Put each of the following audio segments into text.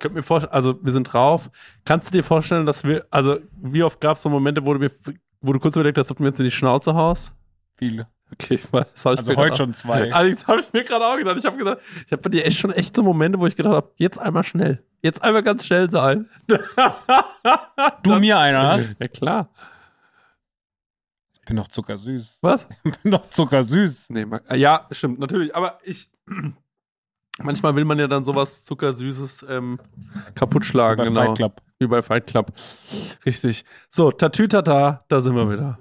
könnte mir vorstellen, also wir sind drauf. Kannst du dir vorstellen, dass wie oft gab es so Momente, wo du kurz überlegt hast, ob du mir jetzt in die Schnauze haust? Viele. Okay, das habe ich Also heute schon 2. Also das habe ich mir gerade auch gedacht. Ich habe bei dir echt schon so Momente, wo ich gedacht habe, jetzt einmal schnell. Jetzt einmal ganz schnell sein. Du mir einer hast? Ja, klar. Ich bin doch zuckersüß. Was? Ich bin doch zuckersüß. Nee, ja, stimmt, natürlich. Aber manchmal will man ja dann sowas Zuckersüßes kaputt schlagen. Bei genau. Fight Club. Wie bei Fight Club. Richtig. So, Tatütata, da sind wir wieder.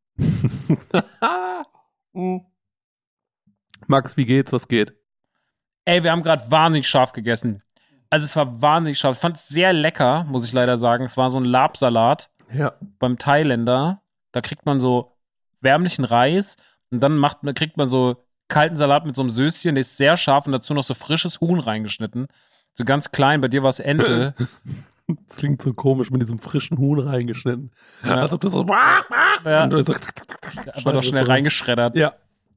Max, wie geht's? Was geht? Ey, wir haben gerade wahnsinnig scharf gegessen. Also es war wahnsinnig scharf. Ich fand es sehr lecker, muss ich leider sagen. Es war so ein Labsalat beim Thailänder. Da kriegt man so wärmlichen Reis und dann kriegt man so kalten Salat mit so einem Söschen, der ist sehr scharf und dazu noch so frisches Huhn reingeschnitten. So ganz klein, bei dir war es Ente. Das klingt so komisch, mit diesem frischen Huhn reingeschnitten. Ja. Als ob du so... Ja. Und du so Aber doch schnell reingeschreddert. Ja.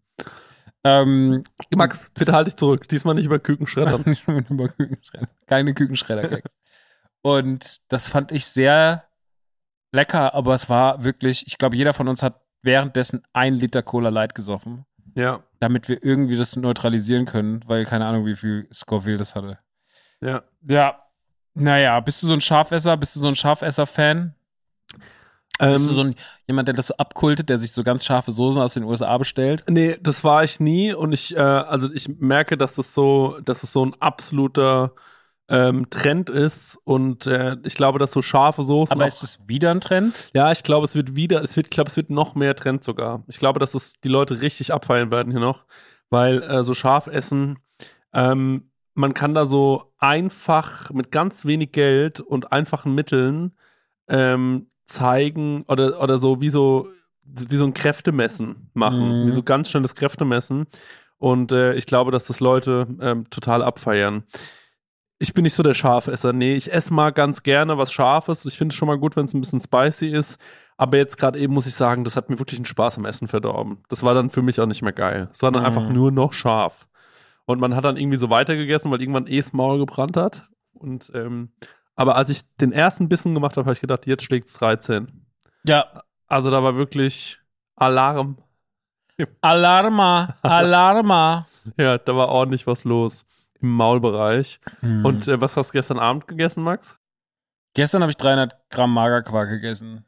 Max, bitte halt dich zurück. Diesmal nicht über Kükenschredder. Keine Kükenschredder. Und das fand ich sehr lecker, aber es war wirklich, ich glaube, jeder von uns hat währenddessen 1 Liter Cola Light gesoffen. Ja. Damit wir irgendwie das neutralisieren können, weil keine Ahnung, wie viel Scoville das hatte. Ja. Ja. Naja, bist du so ein Scharfesser? Bist du so ein Scharfesser-Fan? Bist du so jemand, der das so abkultet, der sich so ganz scharfe Soßen aus den USA bestellt? Nee, das war ich nie und ich merke, dass das so ein absoluter Trend ist und ich glaube, dass so scharfe Soßen. Aber ist das wieder ein Trend? Ja, ich glaube, es wird noch mehr Trend sogar. Ich glaube, dass es die Leute richtig abfeiern werden hier noch, weil so scharf essen, man kann da so einfach mit ganz wenig Geld und einfachen Mitteln zeigen oder so wie so ein Kräftemessen machen, wie so ganz schnelles Kräftemessen und ich glaube, dass das Leute total abfeiern. Ich bin nicht so der Scharfesser, nee, ich esse mal ganz gerne was Scharfes, ich finde es schon mal gut, wenn es ein bisschen spicy ist, aber jetzt gerade eben muss ich sagen, das hat mir wirklich einen Spaß am Essen verdorben. Das war dann für mich auch nicht mehr geil. Es war dann einfach nur noch scharf. Und man hat dann irgendwie so weitergegessen, weil irgendwann das Maul gebrannt hat und aber als ich den ersten Bissen gemacht habe, habe ich gedacht, jetzt schlägt's 13. Ja. Also da war wirklich Alarm. Alarma. Ja, da war ordentlich was los im Maulbereich. Und was hast du gestern Abend gegessen, Max? Gestern habe ich 300 Gramm Magerquark gegessen.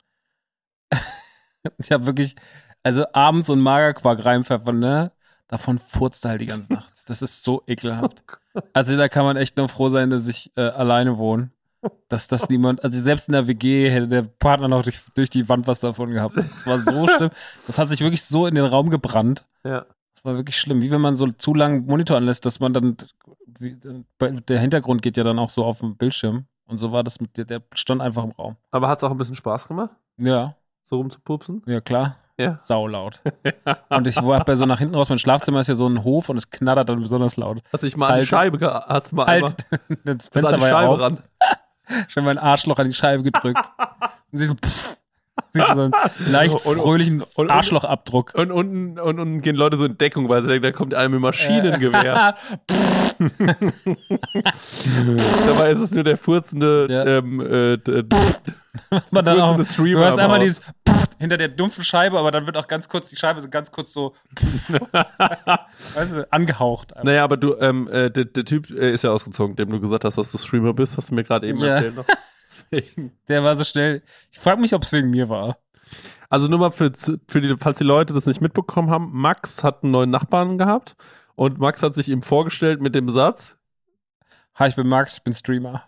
Ich habe wirklich, also abends so einen Magerquark reinpfeffern, ne? Davon furzt halt die ganze Nacht. Das ist so ekelhaft. Also da kann man echt nur froh sein, dass ich alleine wohne. Dass das niemand, also selbst in der WG hätte der Partner noch durch die Wand was davon gehabt. Das war so schlimm. Das hat sich wirklich so in den Raum gebrannt. Ja. Das war wirklich schlimm. Wie wenn man so zu lange Monitor anlässt, dass man dann, der Hintergrund geht ja dann auch so auf dem Bildschirm. Und so war das der stand einfach im Raum. Aber hat es auch ein bisschen Spaß gemacht? Ja. So rumzupupsen? Ja, klar. Ja. Saulaut. Und ich war bei so nach hinten raus, mein Schlafzimmer ist ja so ein Hof und es knattert dann besonders laut. Hast du dich mal an die Scheibe das an Fenster die war ja Scheibe auf. ran? Schon mein Arschloch an die Scheibe gedrückt. Und siehst du so einen leicht fröhlichen Arschlochabdruck. Und unten gehen Leute so in Deckung, weil sie denken, da kommt einer mit Maschinengewehr. Dabei ist es nur der furzende Aber dann auch, Streamer. du hast einmal dieses hinter der dumpfen Scheibe, aber dann wird auch ganz kurz die Scheibe so ganz kurz so weißt du, angehaucht. Einfach. Naja, aber du, der Typ ist ja ausgezogen, dem du gesagt hast, dass du Streamer bist, hast du mir gerade eben erzählt noch. Der war so schnell. Ich frage mich, ob es wegen mir war. Also nur mal falls die Leute das nicht mitbekommen haben, Max hat einen neuen Nachbarn gehabt und Max hat sich ihm vorgestellt mit dem Satz: Hi, ich bin Max, ich bin Streamer.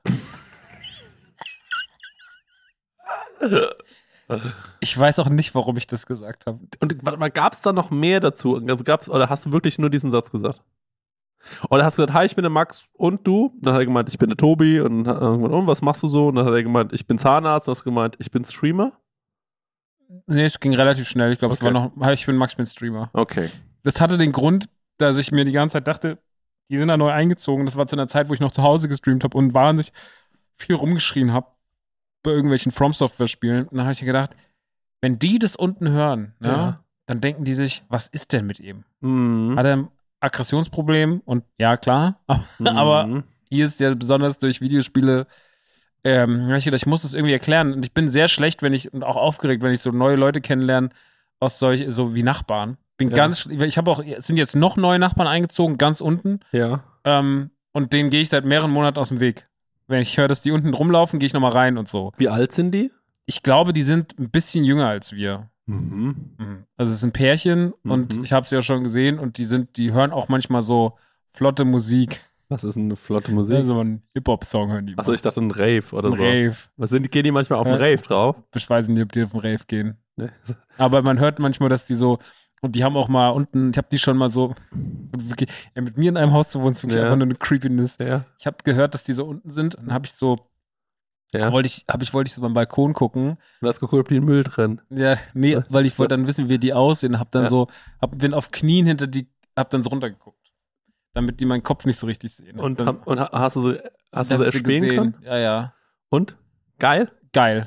Ich weiß auch nicht, warum ich das gesagt habe. Und warte mal, gab es da noch mehr dazu? Also oder hast du wirklich nur diesen Satz gesagt? Oder hast du gesagt, hi, ich bin der Max und du? Dann hat er gemeint, ich bin der Tobi und was machst du so? Und dann hat er gemeint, ich bin Zahnarzt und hast gemeint, ich bin Streamer? Nee, es ging relativ schnell. Ich glaube, es war noch, hi, ich bin Max, ich bin Streamer. Okay. Das hatte den Grund, dass ich mir die ganze Zeit dachte, die sind da neu eingezogen. Das war zu einer Zeit, wo ich noch zu Hause gestreamt habe und wahnsinnig viel rumgeschrien habe bei irgendwelchen From-Software-Spielen. Und dann habe ich mir gedacht, wenn die das unten hören, dann denken die sich, was ist denn mit ihm? Hat er ein Aggressionsproblem? Und ja, klar. Aber hier ist ja besonders durch Videospiele, ich muss es irgendwie erklären. Und ich bin sehr schlecht, und auch aufgeregt, wenn ich so neue Leute kennenlerne, so wie Nachbarn. Ich habe auch, es sind jetzt noch neue Nachbarn eingezogen, ganz unten. Ja. Und denen gehe ich seit mehreren Monaten aus dem Weg. Wenn ich höre, dass die unten rumlaufen, gehe ich nochmal rein und so. Wie alt sind die? Ich glaube, die sind ein bisschen jünger als wir. Also es sind Pärchen und ich habe sie ja schon gesehen und die hören auch manchmal so flotte Musik. Was ist eine flotte Musik? Ja, so ein Hip-Hop-Song hören die. Achso, ich dachte ein Rave oder so. Rave. Gehen die manchmal auf einen Rave drauf? Ich weiß nicht, ob die auf den Rave gehen. Nee. Aber man hört manchmal, dass die so, und die haben auch mal unten, ich habe die schon mal so, mit mir in einem Haus zu wohnen, ist wirklich einfach nur eine Creepiness. Ja. Ich habe gehört, dass die so unten sind und dann habe ich so, wollte ich so beim Balkon gucken. Und hast geguckt, ob die Müll drin. Ja, nee, weil ich wollte dann wissen, wie die aussehen. Bin auf Knien hab dann so runtergeguckt. Damit die meinen Kopf nicht so richtig sehen. Und hast du sie erspähen können? Ja. Und? Geil? Geil.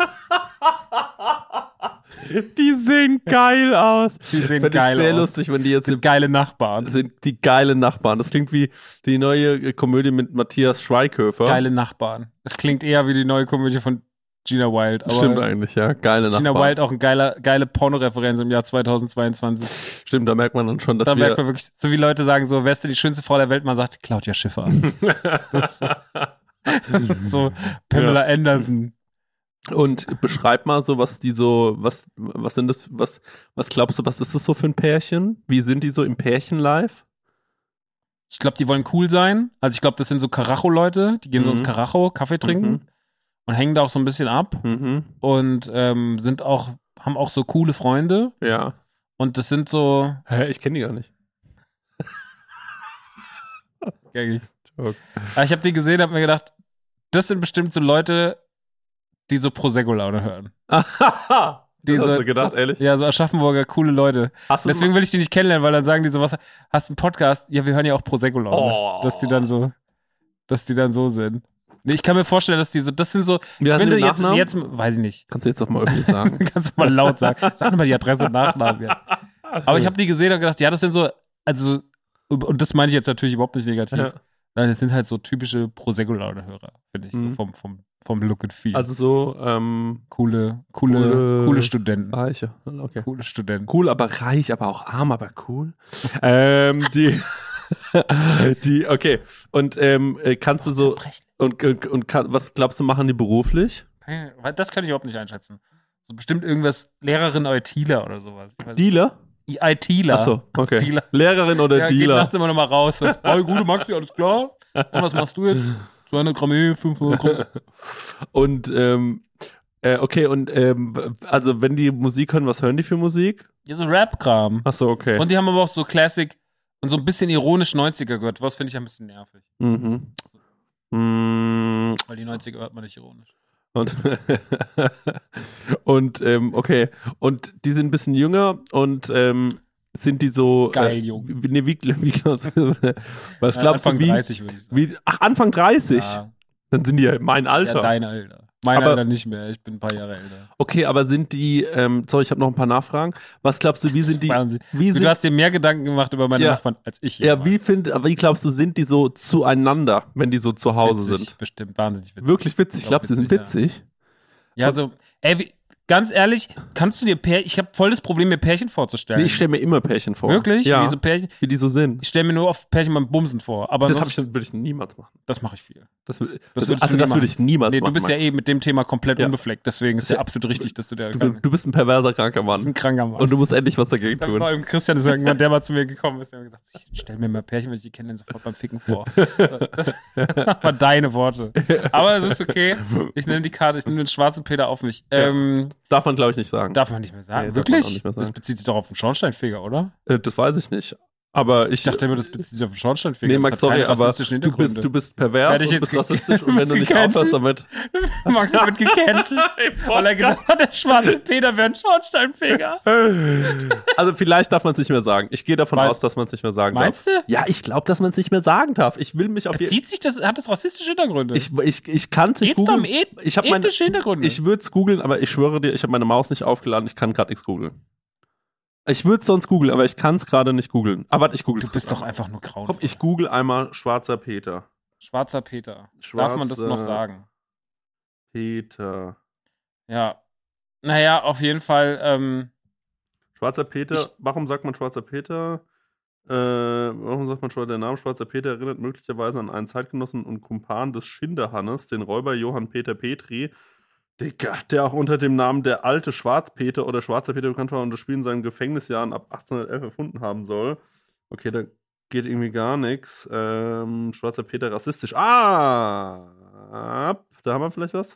Die sehen geil aus. Die sehen geil aus. Finde ich sehr lustig, wenn die jetzt sind geile Nachbarn. Sind die geile Nachbarn. Das klingt wie die neue Komödie mit Matthias Schweighöfer. Geile Nachbarn. Es klingt eher wie die neue Komödie von Gina Wild. Aber stimmt eigentlich, ja. Geile Nachbarn. Gina Wild auch eine geile Pornoreferenz im Jahr 2022. Stimmt, da merkt man dann schon, dass da merkt man wirklich, so wie Leute sagen so, wer ist denn die schönste Frau der Welt? Man sagt Claudia Schiffer. so Pamela Anderson. Und beschreib mal so, was sind das, was glaubst du, was ist das so für ein Pärchen? Wie sind die so im Pärchen-Live? Ich glaube, die wollen cool sein. Also ich glaube, das sind so Karacho-Leute, die gehen so ins Karacho, Kaffee trinken und hängen da auch so ein bisschen ab und haben auch so coole Freunde. Ja. Und das sind so. Hä, ich kenne die gar nicht. Gängig. Okay. Aber ich habe die gesehen, habe mir gedacht, das sind bestimmt so Leute, die so Prosecco-Laune hören. Hast du gedacht, ehrlich? Ja, so Aschaffenburger, coole Leute. Deswegen will ich die nicht kennenlernen, weil dann sagen die so, was, hast du einen Podcast? Ja, wir hören ja auch Prosecco-Laune. Oh. Dass die dann so sind. Nee, ich kann mir vorstellen, dass die so, das sind so, ich finde jetzt, weiß ich nicht. Kannst du jetzt doch mal öffentlich sagen. Kannst du mal laut sagen. Sag mal die Adresse und Nachnamen, ja. Aber ich habe die gesehen und gedacht, ja, das sind so, also, und das meine ich jetzt natürlich überhaupt nicht negativ. Ja. Nein, das sind halt so typische Prosecco-Laune-Hörer, finde ich, so vom Look and Feel. Also so, coole Studenten. Reiche, okay. Coole Studenten. Cool, aber reich, aber auch arm, aber cool. Okay. Und kannst du so, was glaubst du, machen die beruflich? Das kann ich überhaupt nicht einschätzen. So bestimmt irgendwas, Lehrerin ITler oder sowas. Dealer? ITler. Achso, okay. Dealer. Lehrerin oder ja, Dealer? Geht nachts immer noch mal raus. Hey, gute Maxi, alles klar? Und was machst du jetzt? 200 Gramm 500 Gramm. Und, okay, und also wenn die Musik hören, was hören die für Musik? Ja, so Rap-Kram. Achso, okay. Und die haben aber auch so Classic und so ein bisschen ironisch 90er gehört. Was finde ich ein bisschen nervig. Weil die 90er hört man nicht ironisch. Okay. Und die sind ein bisschen jünger und sind die so geil jung. Wie glaubst du? Was glaubst Anfang du, wie? 30 würde ich sagen. Anfang 30? Ja. Dann sind die ja mein Alter. Ja, dein Alter. Mein Alter nicht mehr, ich bin ein paar Jahre älter. Okay, aber sind die, sorry, ich habe noch ein paar Nachfragen. Was glaubst du, wie sind die? Du hast dir mehr Gedanken gemacht über meine Nachbarn als ich. Ja, wie glaubst du, sind die so zueinander, wenn die so zu Hause sind? Bestimmt, wahnsinnig witzig. Wirklich witzig? Ich glaube, sie sind witzig. Ja, so, ganz ehrlich, kannst du dir ich habe voll das Problem, mir Pärchen vorzustellen. Nee, ich stelle mir immer Pärchen vor. Wirklich? Ja. Wie die so sind. Ich stelle mir nur oft Pärchen beim Bumsen vor. Aber das würde ich niemals machen. Das mache ich viel. Das würde ich niemals machen. Du bist ja mit dem Thema komplett unbefleckt. Deswegen ist ja absolut richtig, dass du Du bist ein perverser, kranker Mann. Ein kranker Mann. Und du musst endlich was dagegen tun. Vor allem Christian ist irgendwann, der mal zu mir gekommen ist, der hat gesagt, ich stelle mir mal Pärchen, wenn ich die kenne, sofort beim Ficken vor. Das waren deine Worte. Aber es ist okay. Ich nehme die Karte, ich nehme den schwarzen Peter auf mich. Darf man, glaube ich, nicht sagen. Darf man nicht mehr sagen. Nee, wirklich? Nicht mehr sagen. Das bezieht sich doch auf den Schornsteinfeger, oder? Das weiß ich nicht. Aber ich dachte immer, das bezieht sich auf den Schornsteinfeger. Nee, Max, sorry, aber du bist pervers und bist rassistisch und wenn du nicht aufhörst damit. Max wird gecancelt, weil er gedacht hat, der schwarze Peter wäre ein Schornsteinfeger. Also vielleicht darf man es nicht mehr sagen. Ich gehe davon aus, dass man es nicht mehr sagen darf. Meinst du? Ja, ich glaube, dass man es nicht mehr sagen darf. Ich will mich auf hat das rassistische Hintergründe? Ich kann es nicht googeln. Geht's um ethische Hintergründe? Ich würde es googeln, aber ich schwöre dir, ich habe meine Maus nicht aufgeladen. Ich kann gerade nichts googeln. Ich würde es sonst googeln, aber ich kann es gerade nicht googeln. Aber ich google es. Du bist doch einfach nur grau. Komm, ich google einmal schwarzer Peter. Schwarzer Peter. Darf man das noch sagen? Peter. Ja. Naja, auf jeden Fall. Schwarzer Peter. Warum sagt man Schwarzer Peter? Warum sagt man schon, der Name Schwarzer Peter erinnert möglicherweise an einen Zeitgenossen und Kumpan des Schinderhannes, den Räuber Johann Peter Petri, der auch unter dem Namen der alte Schwarzpeter oder Schwarzer Peter bekannt war und das Spiel in seinen Gefängnisjahren ab 1811 erfunden haben soll. Okay, da geht irgendwie gar nichts. Schwarzer Peter rassistisch. Da haben wir vielleicht was.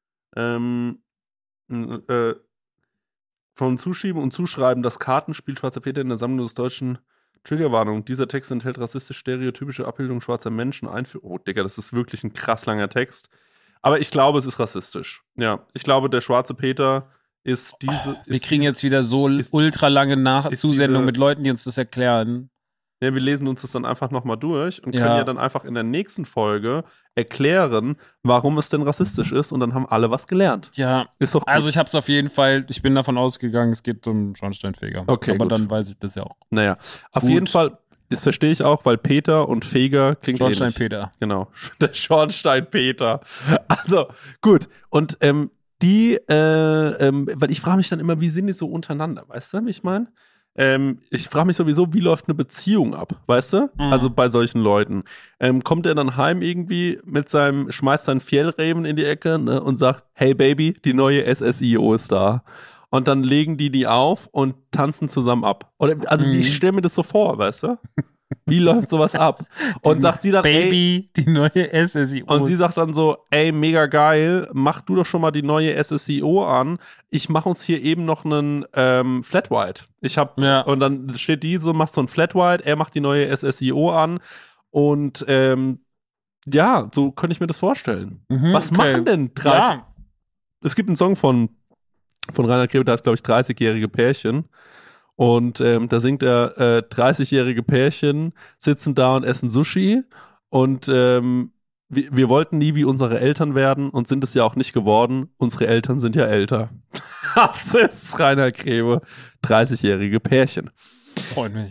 Vom Zuschieben und Zuschreiben das Kartenspiel Schwarzer Peter in der Sammlung des Deutschen. Triggerwarnung. Dieser Text enthält rassistisch stereotypische Abbildungen schwarzer Menschen. Oh, Digga, das ist wirklich ein krass langer Text. Aber ich glaube, es ist rassistisch. Ja, ich glaube, der Schwarze Peter ist diese... Wir kriegen jetzt wieder so ultra lange Zusendungen mit Leuten, die uns das erklären. Ja, wir lesen uns das dann einfach nochmal durch und können ja dann einfach in der nächsten Folge erklären, warum es denn rassistisch ist und dann haben alle was gelernt. Ja, ist doch gut. Also ich habe es auf jeden Fall, ich bin davon ausgegangen, es geht um Schornsteinfeger. Okay, aber gut. Dann weiß ich das ja auch. Naja, auf jeden Fall, das verstehe ich auch, weil Peter und Feger klingt ähnlich. Schornsteinpeter. Genau, der Schornsteinpeter. Also, gut. Und weil ich frage mich dann immer, wie sind die so untereinander, weißt du, wie ich meine? Ich frage mich sowieso, wie läuft eine Beziehung ab, weißt du? Mhm. Also bei solchen Leuten. Kommt er dann heim irgendwie schmeißt seinen Fjellraven in die Ecke, ne, und sagt, hey Baby, die neue SSIO ist da. Und dann legen die auf und tanzen zusammen ab. Oder, also ich stelle mir das so vor, weißt du? Wie läuft sowas ab? Und sagt sie dann, Baby, die neue SSIO. Und sie sagt dann so, ey, mega geil, mach du doch schon mal die neue SSIO an. Ich mach uns hier eben noch einen Flat White. Und dann steht die so, macht so ein Flat White, er macht die neue SSIO an. Und ja, so könnte ich mir das vorstellen. Was machen denn 30? Ja. Es gibt einen Song von Reinhard Grebe, da ist, glaube ich, 30-jährige Pärchen. Und da singt er, 30-jährige Pärchen sitzen da und essen Sushi. Und wir wollten nie wie unsere Eltern werden und sind es ja auch nicht geworden. Unsere Eltern sind ja älter. Das ist Reinhard Grebe, 30-jährige Pärchen. Freut mich.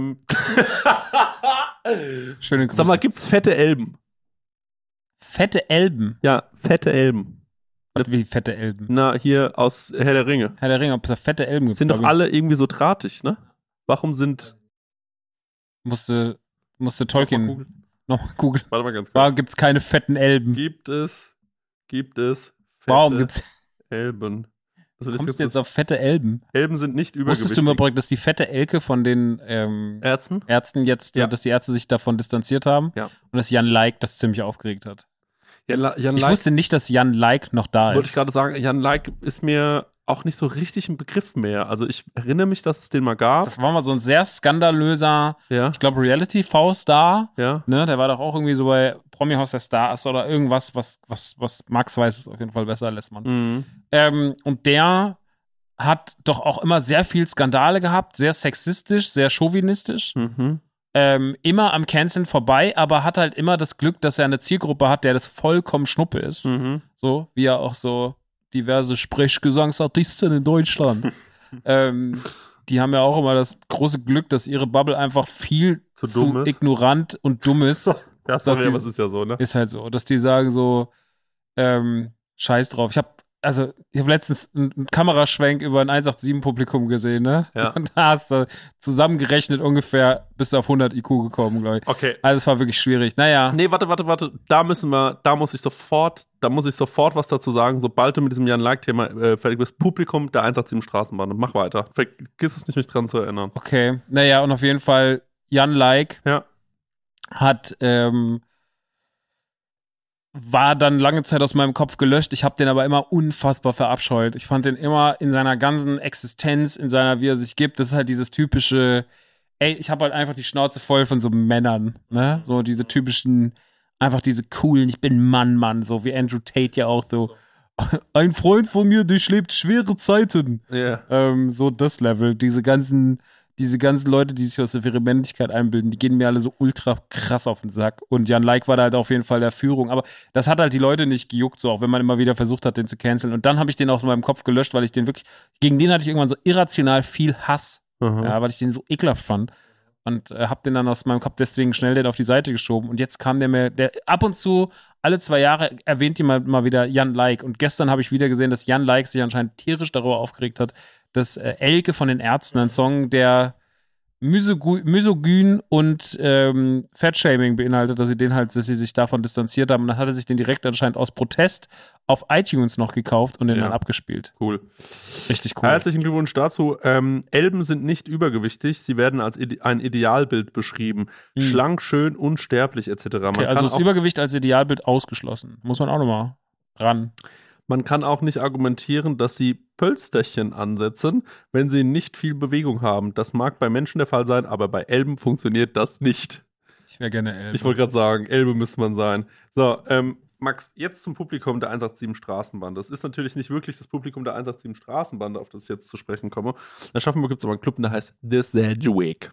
Schöne Grüße. Sag mal, gibt's fette Elben? Fette Elben? Ja, fette Elben. Wie fette Elben? Na, hier aus Herr der Ringe. Herr der Ringe, ob es da fette Elben gibt. Sind doch alle irgendwie so drahtig, ne? Warum sind... Musste Tolkien nochmal googeln. Warte mal ganz kurz. Warum gibt's keine fetten Elben? Gibt es fette Warum gibt's Elben? Kommst du jetzt auf fette Elben? Elben sind nicht übergewichtig. Wusstest du übrigens, dass die fette Elke von den Ärzten jetzt, dass die Ärzte sich davon distanziert haben? Ja. Und dass Jan Leik das ziemlich aufgeregt hat. Ich wusste nicht, dass Jan Leik noch da ist. Wollte ich gerade sagen, Jan Leik ist mir auch nicht so richtig ein Begriff mehr. Also ich erinnere mich, dass es den mal gab. Das war mal so ein sehr skandalöser, ich glaube, Reality-V-Star. Ja. Ne, der war doch auch irgendwie so bei Promi-Haus der Stars oder irgendwas, was Max weiß, ist auf jeden Fall besser, lässt man. Mhm. Und der hat doch auch immer sehr viel Skandale gehabt, sehr sexistisch, sehr chauvinistisch. Mhm. Immer am Canceln vorbei, aber hat halt immer das Glück, dass er eine Zielgruppe hat, der das vollkommen Schnuppe ist. Mhm. So, wie er auch so diverse Sprechgesangsartisten in Deutschland. Die haben ja auch immer das große Glück, dass ihre Bubble einfach viel zu ignorant und dumm ist. Ja, sorry, aber es ist ja so, ne? Ist halt so, dass die sagen so, scheiß drauf. Ich habe letztens einen Kameraschwenk über ein 187-Publikum gesehen, ne? Ja. Und da hast du zusammengerechnet ungefähr bis auf 100 IQ gekommen, glaube ich. Okay. Also es war wirklich schwierig. Naja. Nee, warte. Da muss ich sofort was dazu sagen, sobald du mit diesem Jan-Like-Thema fertig bist. Publikum der 187 Straßenbahn. Mach weiter. Vergiss es nicht, mich dran zu erinnern. Okay. Naja, und auf jeden Fall Jan Like hat war dann lange Zeit aus meinem Kopf gelöscht. Ich habe den aber immer unfassbar verabscheut. Ich fand den immer in seiner ganzen Existenz, in seiner, wie er sich gibt, das ist halt dieses typische, ich habe halt einfach die Schnauze voll von so Männern, ne? So diese typischen, einfach diese coolen, ich bin Mann, so wie Andrew Tate ja auch so. Ein Freund von mir durchlebt schwere Zeiten. So das Level, diese ganzen Leute, die sich aus der Vehementigkeit einbilden, die gehen mir alle so ultra krass auf den Sack. Und Jan Like war da halt auf jeden Fall der Führung. Aber das hat halt die Leute nicht gejuckt, so auch wenn man immer wieder versucht hat, den zu canceln. Und dann habe ich den aus meinem Kopf gelöscht, weil ich den wirklich, gegen den hatte ich irgendwann so irrational viel Hass. Weil ich den so ekelhaft fand. und hab den dann aus meinem Kopf deswegen schnell den auf die Seite geschoben. Und jetzt kam der ab und zu, alle 2 Jahre, erwähnt jemand mal wieder Jan Like. Und gestern habe ich wieder gesehen, dass Jan Like sich anscheinend tierisch darüber aufgeregt hat, dass Elke von den Ärzten, ein Song, der misogyn und Fatshaming beinhaltet, dass sie sich davon distanziert haben. Und dann hat er sich den direkt anscheinend aus Protest auf iTunes noch gekauft und den dann abgespielt. Cool. Richtig cool. Herzlichen Glückwunsch dazu. Elben sind nicht übergewichtig, sie werden als ein Idealbild beschrieben. Schlank, schön, unsterblich etc. Okay, also ist Übergewicht als Idealbild ausgeschlossen. Muss man auch nochmal ran. Man kann auch nicht argumentieren, dass sie Pölsterchen ansetzen, wenn sie nicht viel Bewegung haben. Das mag bei Menschen der Fall sein, aber bei Elben funktioniert das nicht. Ich wäre gerne Elbe. Ich wollte gerade sagen, Elbe müsste man sein. So, Max, jetzt zum Publikum der 187 Straßenbande. Das ist natürlich nicht wirklich das Publikum der 187 Straßenbande, auf das ich jetzt zu sprechen komme. In Aschaffenburg gibt es aber einen Club, der heißt The Sedgwick.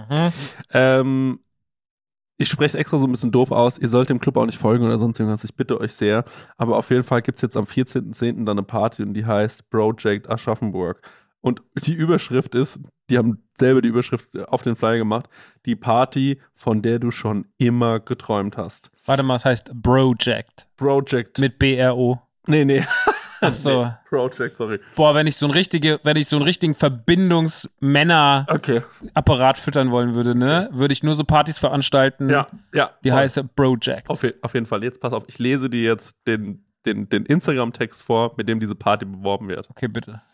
Ich spreche es extra so ein bisschen doof aus. Ihr sollt dem Club auch nicht folgen oder sonst irgendwas. Ich bitte euch sehr. Aber auf jeden Fall gibt es jetzt am 14.10. dann eine Party und die heißt Project Aschaffenburg. Und die Überschrift ist, die haben selber die Überschrift auf den Flyer gemacht, die Party, von der du schon immer geträumt hast. Warte mal, es heißt Project. Project. Mit B-R-O. Nee. Ach so. Nee, Project, sorry. Boah, wenn ich so einen richtigen Verbindungsmänner-Apparat füttern wollen würde, ne, würde ich nur so Partys veranstalten. Ja. Die heißt Project. Auf jeden Fall. Jetzt pass auf, ich lese dir jetzt den Instagram-Text vor, mit dem diese Party beworben wird. Okay, bitte.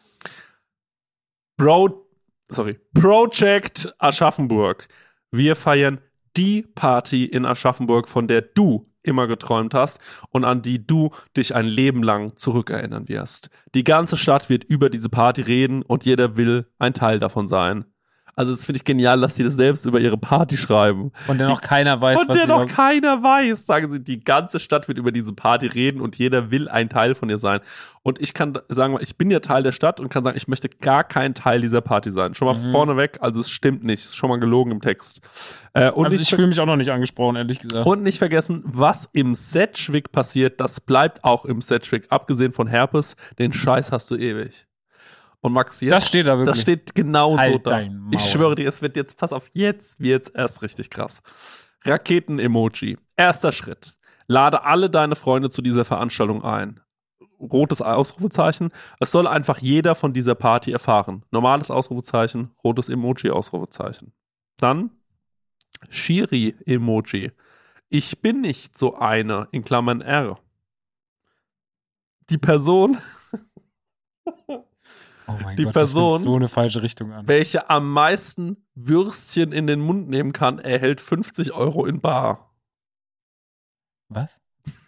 Project Aschaffenburg. Wir feiern die Party in Aschaffenburg, von der du immer geträumt hast und an die du dich ein Leben lang zurückerinnern wirst. Die ganze Stadt wird über diese Party reden und jeder will ein Teil davon sein. Also das finde ich genial, dass sie das selbst über ihre Party schreiben. Von der noch keiner weiß, Von der noch keiner weiß, sagen sie, die ganze Stadt wird über diese Party reden und jeder will ein Teil von ihr sein. Und ich kann sagen, ich bin ja Teil der Stadt und kann sagen, ich möchte gar kein Teil dieser Party sein. Schon mal vorneweg, also es stimmt nicht, es ist schon mal gelogen im Text. Also ich fühle mich auch noch nicht angesprochen, ehrlich gesagt. Und nicht vergessen, was im Sedgwick passiert, das bleibt auch im Sedgwick. Abgesehen von Herpes, den Scheiß hast du ewig. Und Max, jetzt, das steht da wirklich. Das steht genau so halt da. Ich schwöre dir, es wird jetzt, pass auf, jetzt wird's erst richtig krass. Raketen-Emoji. Erster Schritt. Lade alle deine Freunde zu dieser Veranstaltung ein. Rotes Ausrufezeichen. Es soll einfach jeder von dieser Party erfahren. Normales Ausrufezeichen, rotes Emoji-Ausrufezeichen. Dann Shiri-Emoji. Ich bin nicht so eine, in Klammern R. Die Person... Oh mein die Gott, Person, das nimmt so eine falsche Richtung an. Welche am meisten Würstchen in den Mund nehmen kann, erhält 50 € in bar. Was?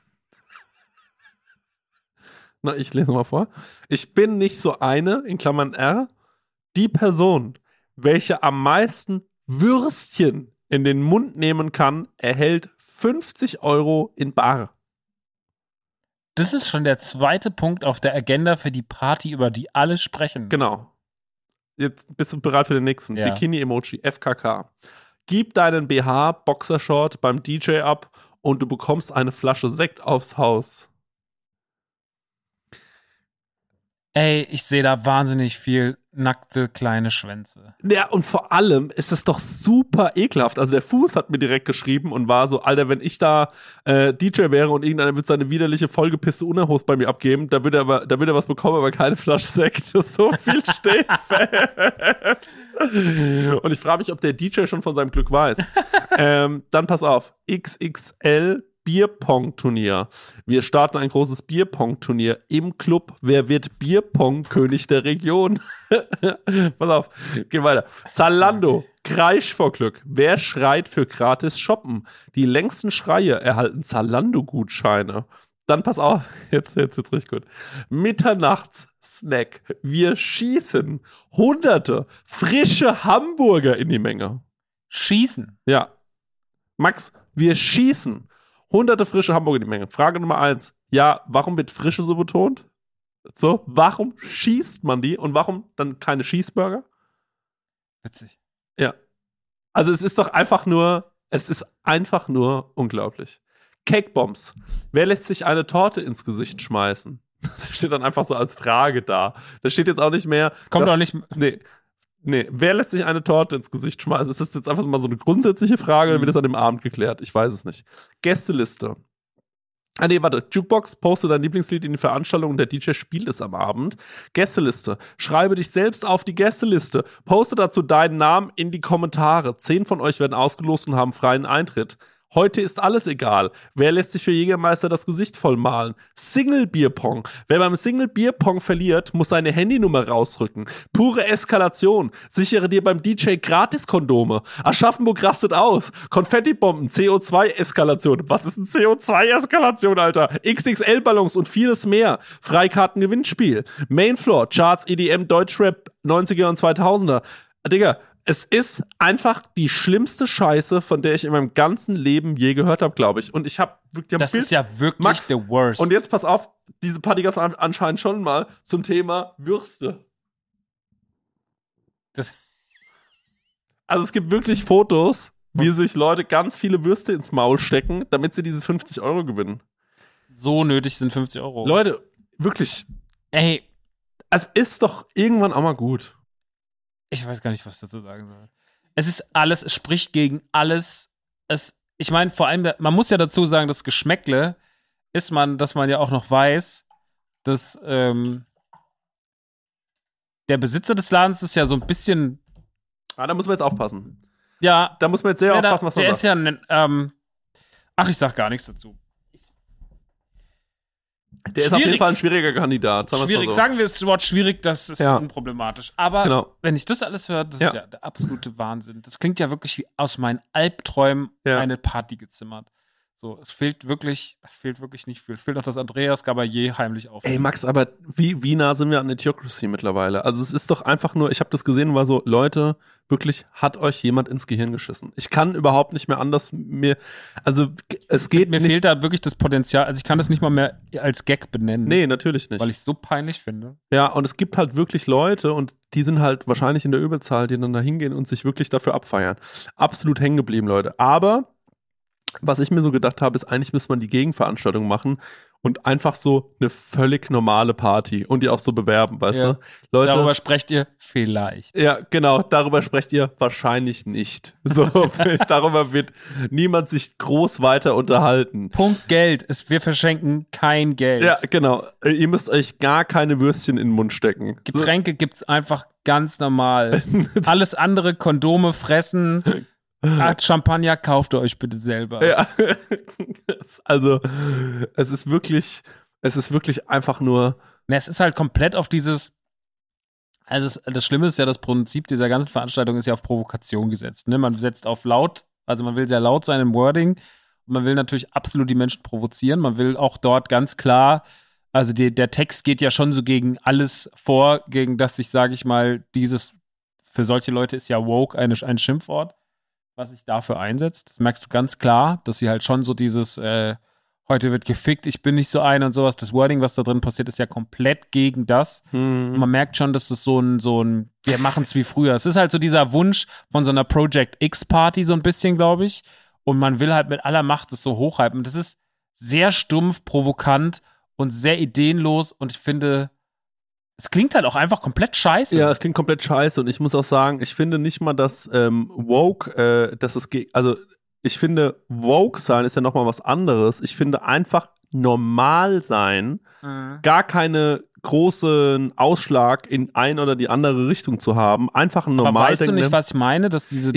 Na, ich lese mal vor. Ich bin nicht so eine, in Klammern R, die Person, welche am meisten Würstchen in den Mund nehmen kann, erhält 50 € in bar. Das ist schon der zweite Punkt auf der Agenda für die Party, über die alle sprechen. Genau. Jetzt bist du bereit für den nächsten. Ja. Bikini-Emoji, FKK. Gib deinen BH, Boxershort beim DJ ab und du bekommst eine Flasche Sekt aufs Haus. Ey, ich sehe da wahnsinnig viel nackte kleine Schwänze. Ja, und vor allem ist es doch super ekelhaft. Also der Fuß hat mir direkt geschrieben und war so, Alter, wenn ich da DJ wäre und irgendeiner wird seine widerliche, vollgepisste Unerhose bei mir abgeben, da wird er was bekommen, aber keine Flasche Sekt. So viel steht fest. Und ich frage mich, ob der DJ schon von seinem Glück weiß. Dann pass auf, XXL Bierpong-Turnier. Wir starten ein großes Bierpong-Turnier im Club. Wer wird Bierpong-König der Region? Pass auf, geh weiter. Zalando, Kreisch vor Glück. Wer schreit für gratis shoppen? Die längsten Schreie erhalten Zalando-Gutscheine. Dann pass auf, jetzt wird's richtig gut. Mitternachts-Snack. Wir schießen Hunderte frische Hamburger in die Menge. Schießen? Ja. Max, wir schießen Hunderte frische Hamburger in die Menge. Frage Nummer 1. Ja, warum wird Frische so betont? So, warum schießt man die und warum dann keine Schießburger? Witzig. Ja. Also es ist einfach nur unglaublich. Cakebombs. Wer lässt sich eine Torte ins Gesicht schmeißen? Das steht dann einfach so als Frage da. Das steht jetzt auch nicht mehr. Kommt auch nicht. Nee. Nee, wer lässt sich eine Torte ins Gesicht schmeißen? Ist das jetzt einfach mal so eine grundsätzliche Frage, oder wird das an dem Abend geklärt? Ich weiß es nicht. Gästeliste. Jukebox, poste dein Lieblingslied in die Veranstaltung und der DJ spielt es am Abend. Gästeliste. Schreibe dich selbst auf die Gästeliste. Poste dazu deinen Namen in die Kommentare. 10 von euch werden ausgelost und haben freien Eintritt. Heute ist alles egal. Wer lässt sich für Jägermeister das Gesicht vollmalen? Single-Bierpong. Wer beim Single-Bierpong verliert, muss seine Handynummer rausrücken. Pure Eskalation. Sichere dir beim DJ Gratis-Kondome. Aschaffenburg rastet aus. Konfettibomben, CO2-Eskalation. Was ist ein CO2-Eskalation, Alter? XXL-Ballons und vieles mehr. Freikarten-Gewinnspiel. Mainfloor, Charts, EDM, Deutschrap, 90er und 2000er. Digga, es ist einfach die schlimmste Scheiße, von der ich in meinem ganzen Leben je gehört habe, glaube ich. Und ich habe wirklich das ist ja wirklich Max, the worst. Und jetzt pass auf, diese Party gab es anscheinend schon mal zum Thema Würste. Also es gibt wirklich Fotos, wie sich Leute ganz viele Würste ins Maul stecken, damit sie diese 50 € gewinnen. So nötig sind 50 €. Leute, wirklich. Ey. Es ist doch irgendwann auch mal gut. Ich weiß gar nicht, was ich dazu sagen soll. Es spricht gegen alles. Ich meine, vor allem, man muss ja dazu sagen, das Geschmäckle ist dass man ja auch noch weiß, dass der Besitzer des Ladens ist ja so ein bisschen. Da muss man jetzt aufpassen. Ja. Da muss man jetzt sehr aufpassen, was man sagt. Der ist ja ich sag gar nichts dazu. Der ist auf jeden Fall ein schwieriger Kandidat. Sagen wir das Wort schwierig, das ist unproblematisch. Aber wenn ich das alles höre, das ist ja der absolute Wahnsinn. Das klingt ja wirklich wie aus meinen Albträumen eine Party gezimmert. So, es fehlt wirklich nicht viel. Es fehlt noch das Andreas Gabalier heimlich auf. Ey, Max, aber wie nah sind wir an Idiocracy mittlerweile? Also es ist doch einfach nur, ich habe das gesehen und war so, Leute, wirklich, hat euch jemand ins Gehirn geschissen? Ich kann überhaupt nicht mehr anders es geht mir nicht. Fehlt da wirklich das Potenzial, also ich kann das nicht mal mehr als Gag benennen. Nee, natürlich nicht. Weil ich es so peinlich finde. Ja, und es gibt halt wirklich Leute und die sind halt wahrscheinlich in der Überzahl, die dann da hingehen und sich wirklich dafür abfeiern. Absolut hängen geblieben, Leute. Aber was ich mir so gedacht habe, ist, eigentlich müsste man die Gegenveranstaltung machen und einfach so eine völlig normale Party und die auch so bewerben, weißt du? Leute, darüber sprecht ihr vielleicht. Ja, genau, darüber sprecht ihr wahrscheinlich nicht. So, darüber wird niemand sich groß weiter unterhalten. Punkt Geld. Wir verschenken kein Geld. Ja, genau. Ihr müsst euch gar keine Würstchen in den Mund stecken. Getränke gibt's einfach ganz normal. Alles andere, Kondome fressen, Champagner kauft ihr euch bitte selber. Ja. Also, es ist wirklich einfach nur. Es ist halt komplett auf dieses. Also, das Schlimme ist ja, das Prinzip dieser ganzen Veranstaltung ist ja auf Provokation gesetzt. Ne? Man setzt auf laut, also man will sehr laut sein im Wording und man will natürlich absolut die Menschen provozieren. Man will auch dort ganz klar, also der Text geht ja schon so gegen alles vor, gegen das sich, sage ich mal, für solche Leute ist ja woke ein Schimpfwort, was sich dafür einsetzt. Das merkst du ganz klar, dass sie halt schon so dieses heute wird gefickt, ich bin nicht so ein und sowas. Das Wording, was da drin passiert, ist ja komplett gegen das. Und man merkt schon, dass es so ein wir machen es wie früher. Es ist halt so dieser Wunsch von so einer Project X-Party so ein bisschen, glaube ich. Und man will halt mit aller Macht das so hochhypen. Das ist sehr stumpf, provokant und sehr ideenlos. Und ich finde, es klingt halt auch einfach komplett scheiße. Ja, es klingt komplett scheiße und ich muss auch sagen, ich finde nicht mal, dass woke, ich finde, woke sein ist ja nochmal was anderes. Ich finde einfach normal sein, gar keine großen Ausschlag in eine oder die andere Richtung zu haben. Einfach ein normal. Aber weißt du nicht, was ich meine? Dass die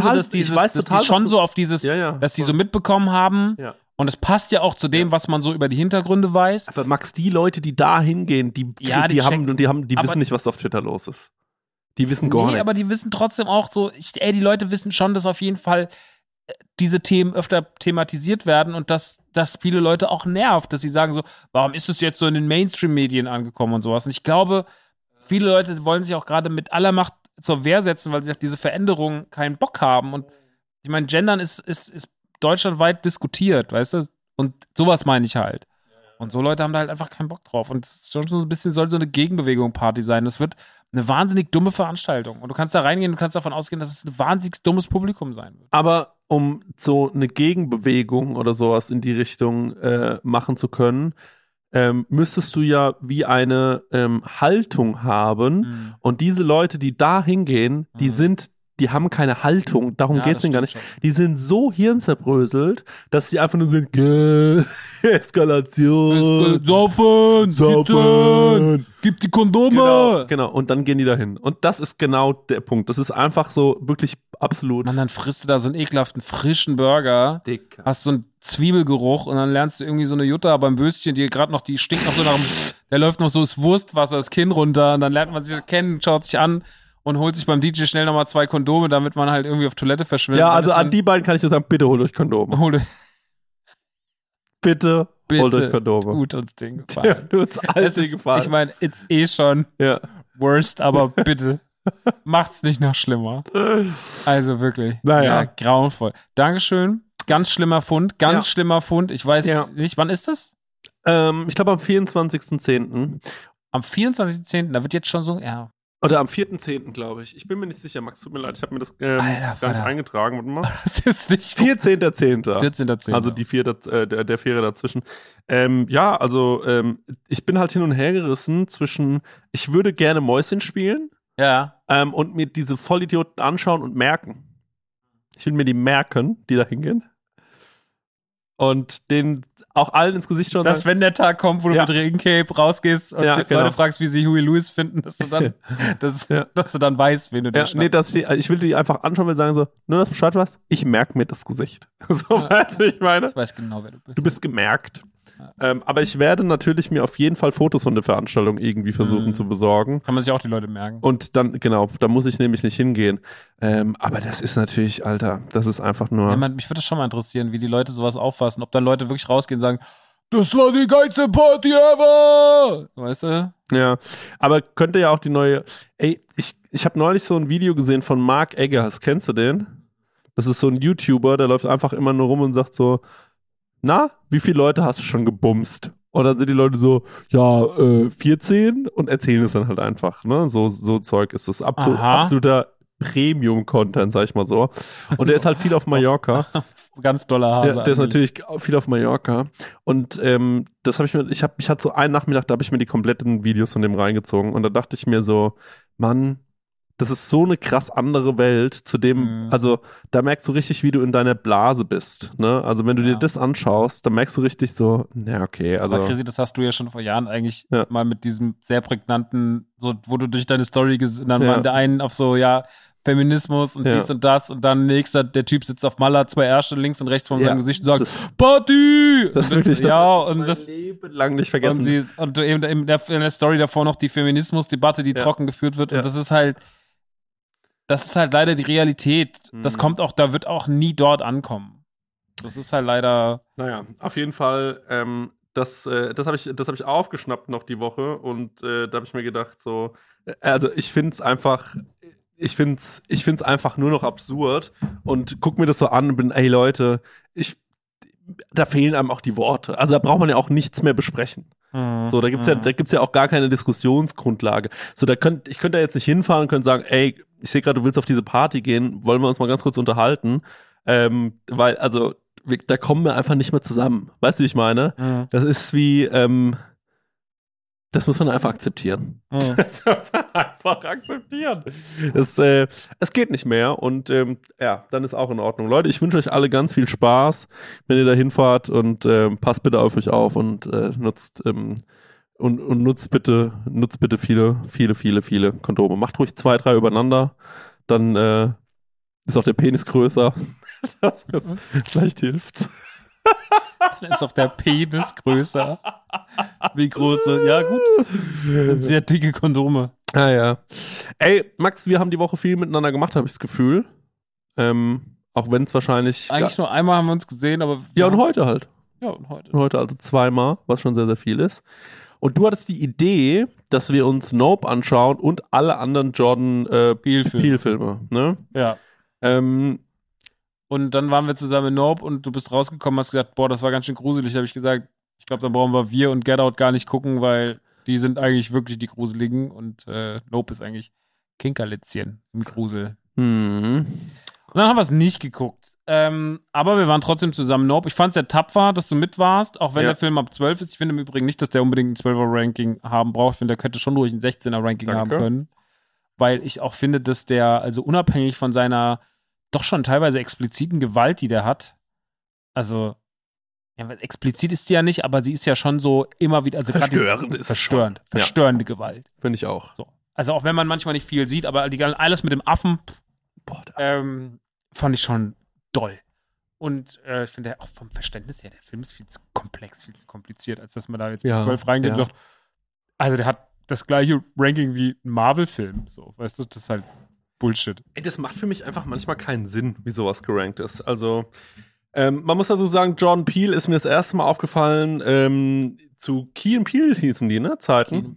schon so auf dieses, dass die so mitbekommen haben. Ja. Und es passt ja auch zu dem, was man so über die Hintergründe weiß. Aber Max, die Leute, die da hingehen, die wissen nicht, was auf Twitter los ist. Die wissen gar nichts. Nee, aber die wissen trotzdem auch so, die Leute wissen schon, dass auf jeden Fall diese Themen öfter thematisiert werden und dass viele Leute auch nervt, dass sie sagen so, warum ist es jetzt so in den Mainstream-Medien angekommen und sowas. Und ich glaube, viele Leute wollen sich auch gerade mit aller Macht zur Wehr setzen, weil sie auf diese Veränderung keinen Bock haben. Und ich meine, Gendern ist deutschlandweit diskutiert, weißt du? Und sowas meine ich halt. Und so Leute haben da halt einfach keinen Bock drauf. Und es ist schon so ein bisschen, soll so eine Gegenbewegung-Party sein. Das wird eine wahnsinnig dumme Veranstaltung. Und du kannst da reingehen, du kannst davon ausgehen, dass es ein wahnsinnig dummes Publikum sein wird. Aber um so eine Gegenbewegung oder sowas in die Richtung machen zu können, müsstest du ja wie eine Haltung haben. Und diese Leute, die da hingehen, die haben keine Haltung, darum geht's denen gar nicht. Die sind so hirnzerbröselt, dass sie einfach nur sind, Eskalation, Saufen, gib die Kondome. Genau, und dann gehen die dahin. Und das ist genau der Punkt. Das ist einfach so wirklich absolut. Und dann frisst du da so einen ekelhaften, frischen Burger, Dick. Hast so einen Zwiebelgeruch und dann lernst du irgendwie so eine Jutta beim Würstchen, die gerade noch, die stinkt noch so nach dem, der läuft noch so das Wurstwasser, das Kinn runter und dann lernt man sich kennen, schaut sich an und holt sich beim DJ schnell nochmal 2 Kondome, damit man halt irgendwie auf Toilette verschwindet. Ja, also an die beiden kann ich nur sagen, bitte holt euch Kondome. Bitte holt euch Kondome. Tut uns den Gefallen. Ja, tut's allen den Gefallen. Ich meine, it's eh schon worst, aber bitte macht's nicht noch schlimmer. Also wirklich. Naja. Ja, grauenvoll. Dankeschön. Ganz schlimmer Fund. Schlimmer Fund. Ich weiß nicht, wann ist das? Ich glaube am 24.10. Am 24.10., da wird jetzt schon so, Oder am 4.10., glaube ich. Ich bin mir nicht sicher, Max, tut mir leid, ich habe mir das gar nicht eingetragen. Warte mal. Das ist nicht 14.10. 14.10. Also die der Fähre dazwischen. Ich bin halt hin und her gerissen zwischen, ich würde gerne Mäuschen spielen und mir diese Vollidioten anschauen und merken. Ich will mir die merken, die da hingehen. Und denen auch allen ins Gesicht schauen. Dass, wenn der Tag kommt, wo du mit Regencape rausgehst und die Leute fragst, wie sie Huey Lewis finden, dass du dann, dass du dann weißt, wen du da ich will die einfach anschauen und sagen so, nur dass du Bescheid weißt, ich merke mir das Gesicht. Weißt du, ich meine? Ich weiß genau, wer du bist. Du bist gemerkt. Aber ich werde natürlich mir auf jeden Fall Fotos von der Veranstaltung irgendwie versuchen zu besorgen. Kann man sich auch die Leute merken. Und dann, da muss ich nämlich nicht hingehen. Aber das ist natürlich, Alter, das ist einfach nur... Mich würde das schon mal interessieren, wie die Leute sowas auffassen. Ob dann Leute wirklich rausgehen und sagen, das war die geilste Party ever! Weißt du? Ja, aber könnte ja auch die neue... Ich habe neulich so ein Video gesehen von Mark Eggers. Kennst du den? Das ist so ein YouTuber, der läuft einfach immer nur rum und sagt so, na, wie viele Leute hast du schon gebumst? Und dann sind die Leute so, 14 und erzählen es dann halt einfach, ne? So Zeug ist das. Absoluter Premium-Content, sag ich mal so. Und der ist halt viel auf Mallorca. Ganz doller Hase. Ja, der ist natürlich viel auf Mallorca. Und das habe ich hatte so einen Nachmittag, da habe ich mir die kompletten Videos von dem reingezogen. Und da dachte ich mir so, Mann, das ist so eine krass andere Welt, zu dem, also da merkst du richtig, wie du in deiner Blase bist, ne? Also wenn du dir das anschaust, dann merkst du richtig so, okay, also. Aber Chrissy, das hast du ja schon vor Jahren eigentlich mal mit diesem sehr prägnanten, so, wo du durch deine Story dann mal der einen auf so, Feminismus und dies und das und dann nächster, der Typ sitzt auf Maler, 2 Ärsche links und rechts von seinem Gesicht und sagt, Party! Das wirklich, und das Leben lang nicht vergessen. Und eben in der Story davor noch die Feminismusdebatte, die trocken geführt wird und das ist halt leider die Realität. Das kommt auch, da wird auch nie dort ankommen. Das ist halt leider. Naja, auf jeden Fall, das habe ich aufgeschnappt noch die Woche und da habe ich mir gedacht, so, also ich finde es einfach nur noch absurd und guck mir das so an und bin, ey Leute, da fehlen einem auch die Worte. Also da braucht man ja auch nichts mehr besprechen. So, da gibt's ja auch gar keine Diskussionsgrundlage. So, ich könnte da jetzt nicht hinfahren und könnte sagen, ey, ich sehe gerade, du willst auf diese Party gehen, wollen wir uns mal ganz kurz unterhalten? Weil, also, da kommen wir einfach nicht mehr zusammen. Weißt du, wie ich meine? Das ist wie, das muss man einfach akzeptieren. Das muss man einfach akzeptieren. Es geht nicht mehr und dann ist auch in Ordnung. Leute, ich wünsche euch alle ganz viel Spaß, wenn ihr da hinfahrt und passt bitte auf euch auf und nutzt bitte viele Kondome. Macht ruhig 2, 3 übereinander, dann ist auch der Penis größer. Vielleicht hilft's. Dann ist auch der Penis größer. Wie große, ja gut. Sehr dicke Kondome. Ah ja. Ey, Max, wir haben die Woche viel miteinander gemacht, habe ich das Gefühl. Auch wenn es wahrscheinlich... Eigentlich nur einmal haben wir uns gesehen, aber... Ja, und heute halt. Ja, und heute. Und heute also 2-mal, was schon sehr, sehr viel ist. Und du hattest die Idee, dass wir uns Nope anschauen und alle anderen Jordan Peele-Filme, ne? Ja. Und dann waren wir zusammen in Nope und du bist rausgekommen, hast gesagt, boah, das war ganz schön gruselig. Habe ich gesagt, ich glaube, dann brauchen wir und Get Out gar nicht gucken, weil die sind eigentlich wirklich die Gruseligen und Nope ist eigentlich Kinkerlitzchen im Grusel. Und dann haben wir es nicht geguckt. aber wir waren trotzdem zusammen. Nope. Ich fand es sehr tapfer, dass du mit warst, auch wenn der Film ab 12 ist. Ich finde im Übrigen nicht, dass der unbedingt ein 12er-Ranking haben braucht. Ich finde, der könnte schon ruhig ein 16er-Ranking haben können. Weil ich auch finde, dass der, also unabhängig von seiner doch schon teilweise expliziten Gewalt, die der hat, also ja, explizit ist die ja nicht, aber sie ist ja schon so immer wieder, also verstörende Gewalt. Finde ich auch. So. Also auch wenn man manchmal nicht viel sieht, aber alles mit dem Affen fand ich schon doll. Und ich finde auch vom Verständnis her, der Film ist viel zu komplex, viel zu kompliziert, als dass man da jetzt mit 12 reingeht und sagt, also der hat das gleiche Ranking wie ein Marvel-Film. So, weißt du, das ist halt Bullshit. Ey, das macht für mich einfach manchmal keinen Sinn, wie sowas gerankt ist. Also, man muss also sagen, Jordan Peele ist mir das erste Mal aufgefallen, zu Key & Peele hießen die, ne? Zeiten.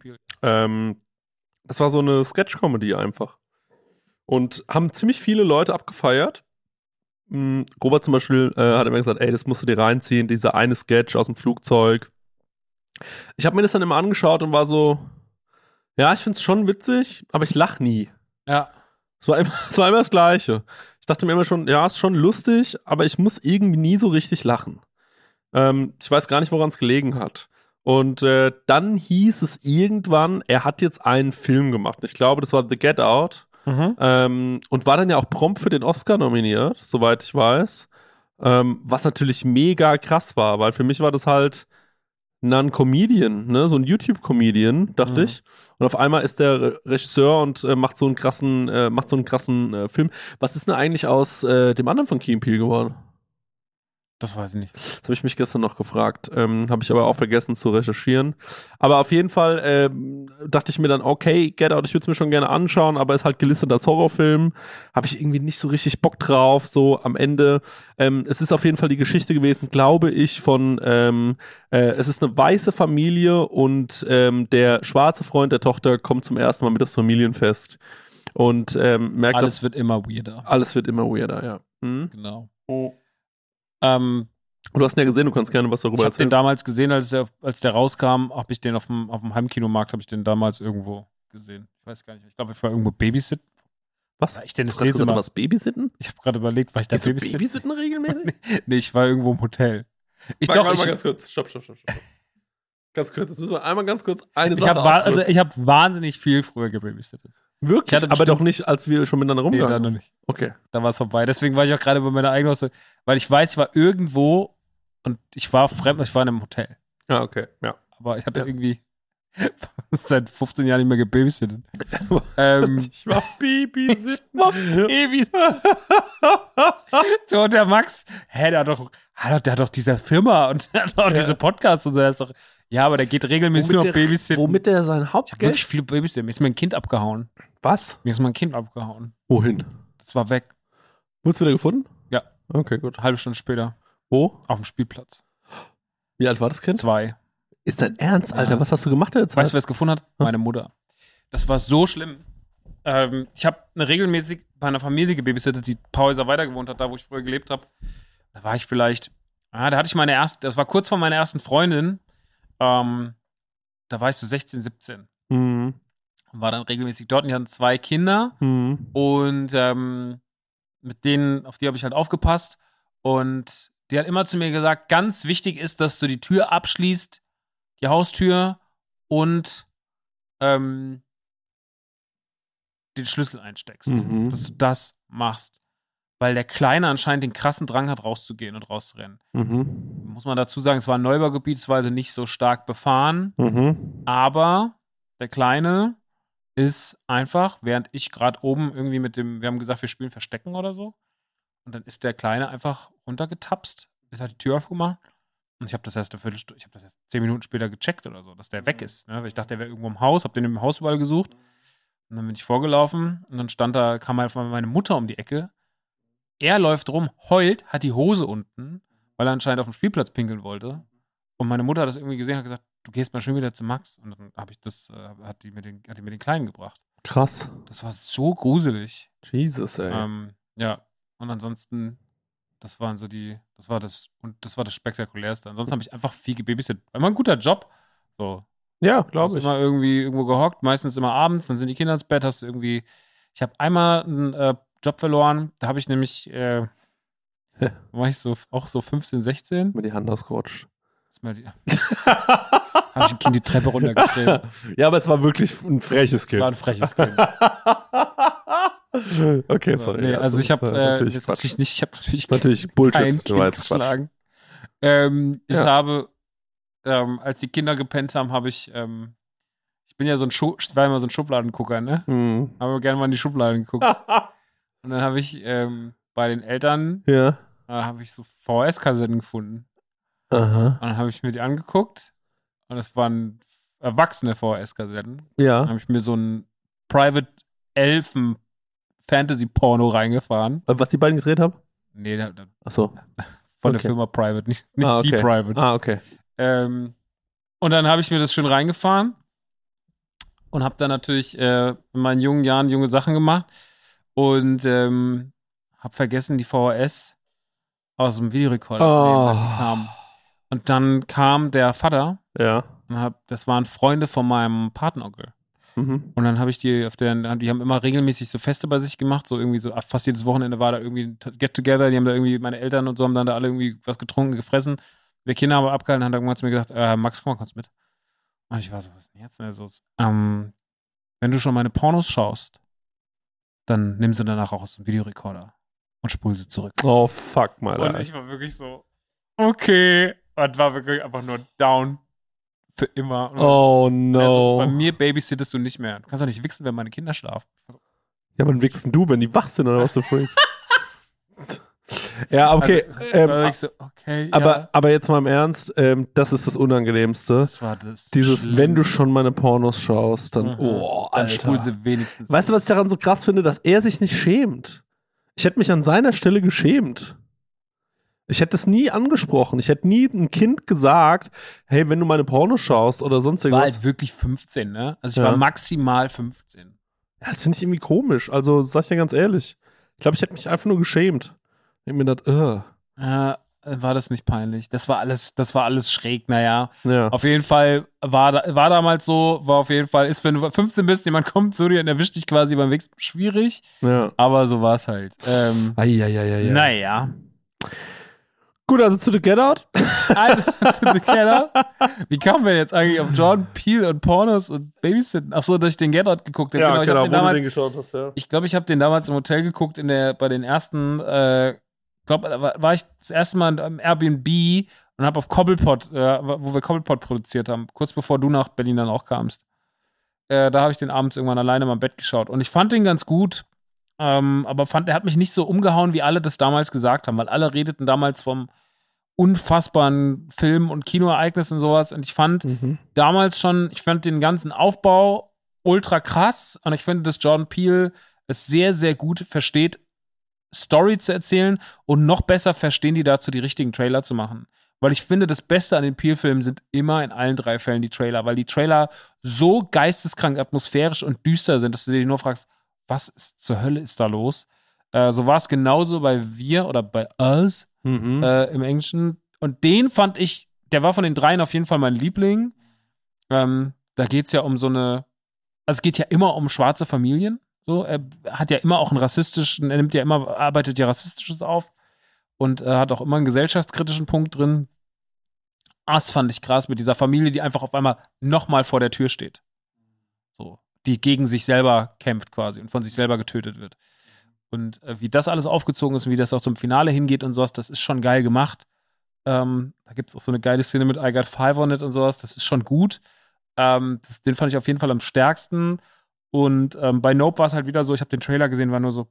Das war so eine Sketch-Comedy einfach. Und haben ziemlich viele Leute abgefeiert. Robert zum Beispiel hat immer gesagt, ey, das musst du dir reinziehen, dieser eine Sketch aus dem Flugzeug. Ich habe mir das dann immer angeschaut und war so, ja, ich find's schon witzig, aber ich lach nie. Ja. Es war immer das Gleiche. Ich dachte mir immer schon, ja, ist schon lustig, aber ich muss irgendwie nie so richtig lachen. Ich weiß gar nicht, woran es gelegen hat. Und dann hieß es irgendwann, er hat jetzt einen Film gemacht. Ich glaube, das war The Get Out. Und war dann ja auch prompt für den Oscar nominiert, soweit ich weiß. Was natürlich mega krass war, weil für mich war das halt ein Comedian, ne, so ein YouTube-Comedian, dachte ich. Und auf einmal ist der Regisseur und macht so einen krassen Film. Was ist denn eigentlich aus dem anderen von Key & Peele geworden? Das weiß ich nicht. Das habe ich mich gestern noch gefragt. Habe ich aber auch vergessen zu recherchieren. Aber auf jeden Fall dachte ich mir dann, okay, Get Out, ich würde es mir schon gerne anschauen, aber ist halt gelistet als Horrorfilm. Habe ich irgendwie nicht so richtig Bock drauf, so am Ende. Es ist auf jeden Fall die Geschichte gewesen, glaube ich, von es ist eine weiße Familie und der schwarze Freund der Tochter kommt zum ersten Mal mit aufs Familienfest. Und merkt, alles wird immer weirder. Alles wird immer weirder, ja. Genau. Du hast ihn ja gesehen, du kannst gerne was darüber erzählen. Ich habe den damals gesehen, als der rauskam, habe ich den auf dem Heimkinomarkt, habe ich den damals irgendwo gesehen. Ich weiß gar nicht, ich glaube, ich war irgendwo babysitten. Was? War ich denn das Lesen? Was, babysitten? Ich habe gerade überlegt, war ich da babysitten regelmäßig? Nee, ich war irgendwo im Hotel. Warte mal ganz kurz, stopp. Ganz kurz, jetzt müssen wir einmal ganz kurz eine Sache ich habe wahnsinnig viel früher gebabysittet. Wirklich? Aber doch nicht, als wir schon miteinander rumgegangen sind? Nee, da noch nicht. Okay. Da war es vorbei. Deswegen war ich auch gerade bei meiner eigenen Aussage, weil ich weiß, ich war irgendwo und ich war fremd, ich war in einem Hotel. Ah, okay, ja. Aber ich hatte irgendwie seit 15 Jahren nicht mehr gebabysittet. Ich war Babysitten. So, und der Max, der hat doch diese Firma und der hat auch diese Podcasts und so. Ist doch, ja, aber der geht regelmäßig nur auf Babysitten. Womit der sein Hauptgeld? Ich habe wirklich viel Babysitten. Mir ist mein Kind abgehauen. Was? Mir ist mein Kind abgehauen. Wohin? Das war weg. Wurdest du wieder gefunden? Ja. Okay, gut. Eine halbe Stunde später. Wo? Auf dem Spielplatz. Wie alt war das Kind? 2. Ist dein Ernst, Alter? Ja. Was hast du gemacht in der Zeit? Weißt du, wer es gefunden hat? Meine Mutter. Das war so schlimm. Ich habe regelmäßig bei einer Familie gebabysittet, die ein paar Häuser weiter gewohnt hat, da wo ich früher gelebt habe. Da war ich vielleicht, da hatte ich das war kurz vor meiner ersten Freundin. Da war ich so 16, 17. Mhm. Und war dann regelmäßig dort und die hatten 2 Kinder. Mhm. Und mit denen, auf die habe ich halt aufgepasst. Und die hat immer zu mir gesagt, ganz wichtig ist, dass du die Tür abschließt, die Haustür und den Schlüssel einsteckst. Mhm. Dass du das machst. Weil der Kleine anscheinend den krassen Drang hat, rauszugehen und rauszurennen. Mhm. Muss man dazu sagen, es war ein Neubaugebiet, es war also nicht so stark befahren. Mhm. Aber der Kleine ist einfach, während ich gerade oben irgendwie wir haben gesagt, wir spielen Verstecken oder so. Und dann ist der Kleine einfach runtergetapst, ist halt die Tür aufgemacht. Und ich habe das erst 10 Minuten später gecheckt oder so, dass der weg ist. Ne? Weil ich dachte, der wäre irgendwo im Haus, hab den im Haus überall gesucht. Und dann bin ich vorgelaufen und dann kam einfach meine Mutter um die Ecke. Er läuft rum, heult, hat die Hose unten, weil er anscheinend auf dem Spielplatz pinkeln wollte. Und meine Mutter hat das irgendwie gesehen und hat gesagt, du gehst mal schön wieder zu Max. Und dann hat die mir den Kleinen gebracht. Krass. Das war so gruselig. Jesus, ey. Ja, und ansonsten, das war das Spektakulärste. Ansonsten habe ich einfach viel gebabysittet. War immer ein guter Job. So. Ja, glaube ich. Immer irgendwie irgendwo gehockt, meistens immer abends, dann sind die Kinder ins Bett, ich habe einmal einen Job verloren, da habe ich nämlich War ich auch so 15, 16. Mit die Hand ausgerutscht. Habe ich ein Kind die Treppe runtergetreten. Ja, aber es war wirklich ein freches Kind. War ein freches Kind. Okay, sorry. Nee, also ich habe natürlich Bullshit. Kein Kind geschlagen. Ich habe, als die Kinder gepennt haben, ich bin ja ich war immer so ein Schubladengucker, ne? Habe gerne mal in die Schubladen geguckt. Und dann habe ich bei den Eltern habe ich so VHS-Kassetten gefunden. Aha. Und dann habe ich mir die angeguckt und es waren erwachsene VHS-Kassetten. Ja. Dann habe ich mir so ein Private Elfen Fantasy-Porno reingefahren. Was die beiden gedreht haben? Nee, ach so. Von der Firma Private, nicht okay. die Private. Okay. Und dann habe ich mir das schön reingefahren und habe dann natürlich in meinen jungen Jahren junge Sachen gemacht und habe vergessen, die VHS aus dem Videorekorder zu nehmen, als sie kam. Und dann kam der Vater. Ja. Und das waren Freunde von meinem Patenonkel. Und dann habe ich die haben immer regelmäßig so Feste bei sich gemacht, so irgendwie so fast jedes Wochenende war da irgendwie ein Get-Together, die haben da irgendwie, meine Eltern und so haben dann da alle irgendwie was getrunken, gefressen. Wir Kinder haben abgehalten, haben dann irgendwann zu mir gesagt, Max, komm mal kurz mit. Und ich war so, was ist denn jetzt? Und er so, wenn du schon meine Pornos schaust, dann nimm sie danach auch aus dem Videorekorder und spul sie zurück. Oh, fuck, mal. Und ich war wirklich so, okay. Und war wirklich einfach nur down. Für immer. Oh no. Also bei mir babysittest du nicht mehr. Du kannst doch nicht wichsen, wenn meine Kinder schlafen. Ja, wann wichsen du, wenn die wach sind oder was, du Freak? Ja, okay. Also, okay, aber jetzt mal im Ernst, das ist das Unangenehmste. Das war das. Dieses, wenn du schon meine Pornos schaust, dann, dann Alter. spul sie wenigstens. Weißt du, was ich daran so krass finde? Dass er sich nicht schämt. Ich hätte mich an seiner Stelle geschämt. Ich hätte es nie angesprochen. Ich hätte nie ein Kind gesagt, hey, wenn du meine Pornos schaust oder sonst irgendwas. Ich war halt wirklich 15, ne? Also ich war maximal 15. Ja, das finde ich irgendwie komisch. Also, sag ich dir ganz ehrlich. Ich glaube, ich hätte mich einfach nur geschämt. Ich hätte mir gedacht, war das nicht peinlich? Das war alles schräg, naja. Ja. Auf jeden Fall war damals so, ist, wenn du 15 bist, jemand kommt zu dir und erwischt dich quasi beim Weg, schwierig. Ja. Aber so war es halt. Naja. Gut, also zu The Get Out. Wie kamen wir jetzt eigentlich auf Jordan Peele und Pornos und Babysitten? Achso, dass ich den Get Out geguckt habe. Ja, genau, wo du den geschaut hast, ja. Ich glaube, ich habe den damals im Hotel geguckt, bei den ersten, war ich das erste Mal im Airbnb und habe auf Cobblepot, wo wir Cobblepot produziert haben, kurz bevor du nach Berlin dann auch kamst. Da habe ich den abends irgendwann alleine mal im Bett geschaut. Und ich fand den ganz gut. Aber er hat mich nicht so umgehauen, wie alle das damals gesagt haben, weil alle redeten damals vom unfassbaren Film- und Kinoereignis und sowas. Und ich fand damals schon, den ganzen Aufbau ultra krass. Und ich finde, dass Jordan Peele es sehr, sehr gut versteht, Story zu erzählen und noch besser verstehen die dazu, die richtigen Trailer zu machen. Weil ich finde, das Beste an den Peele-Filmen sind immer in allen 3 Fällen die Trailer, weil die Trailer so geisteskrank atmosphärisch und düster sind, dass du dir nur fragst, was zur Hölle ist da los? So war es genauso bei Wir oder bei Us im Englischen. Und den fand ich, der war von den 3 auf jeden Fall mein Liebling. Da geht es ja um es geht ja immer um schwarze Familien. So, er hat ja immer auch arbeitet ja Rassistisches auf und hat auch immer einen gesellschaftskritischen Punkt drin. Das fand ich krass mit dieser Familie, die einfach auf einmal nochmal vor der Tür steht. So. Die gegen sich selber kämpft quasi und von sich selber getötet wird. Und wie das alles aufgezogen ist und wie das auch zum Finale hingeht und sowas, das ist schon geil gemacht. Da gibt es auch so eine geile Szene mit I Got Five on It und sowas, das ist schon gut. Den fand ich auf jeden Fall am stärksten. Und bei Nope war es halt wieder so, ich habe den Trailer gesehen, war nur so,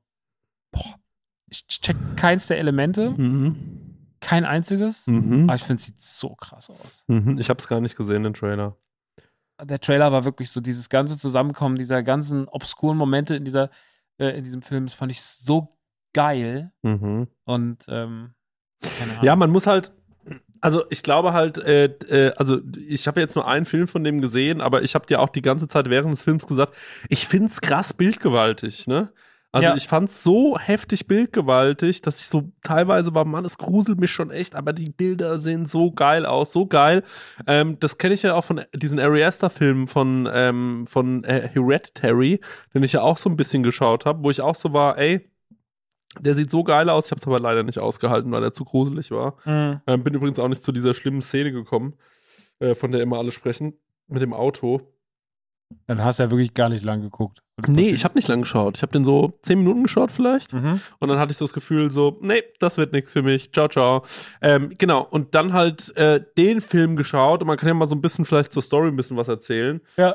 ich check keins der Elemente. Kein einziges. Aber ich finde, es sieht so krass aus. Ich habe es gar nicht gesehen, den Trailer. Der Trailer war wirklich so dieses ganze Zusammenkommen dieser ganzen obskuren Momente in diesem Film, das fand ich so geil. Und keine Ahnung. Ja, man muss halt, also ich glaube halt, also ich habe jetzt nur einen Film von dem gesehen, aber ich habe dir auch die ganze Zeit während des Films gesagt, ich find's krass bildgewaltig, ne? Also ich fand's so heftig bildgewaltig, dass ich so teilweise war, Mann, es gruselt mich schon echt, aber die Bilder sehen so geil aus, so geil. Das kenne ich ja auch von diesen Ari Aster-Filmen von Hereditary, den ich ja auch so ein bisschen geschaut habe, wo ich auch so war, ey, Der sieht so geil aus, ich habe es aber leider nicht ausgehalten, weil er zu gruselig war. Bin übrigens auch nicht zu dieser schlimmen Szene gekommen, von der immer alle sprechen, mit dem Auto. Dann hast du ja wirklich gar nicht lang geguckt. Nee, ich habe nicht lang geschaut. Ich habe den so 10 Minuten geschaut vielleicht. Und dann hatte ich so das Gefühl so, nee, das wird nichts für mich. Ciao, ciao. Genau, und dann halt den Film geschaut. Und man kann ja mal so ein bisschen vielleicht zur Story ein bisschen was erzählen. Ja.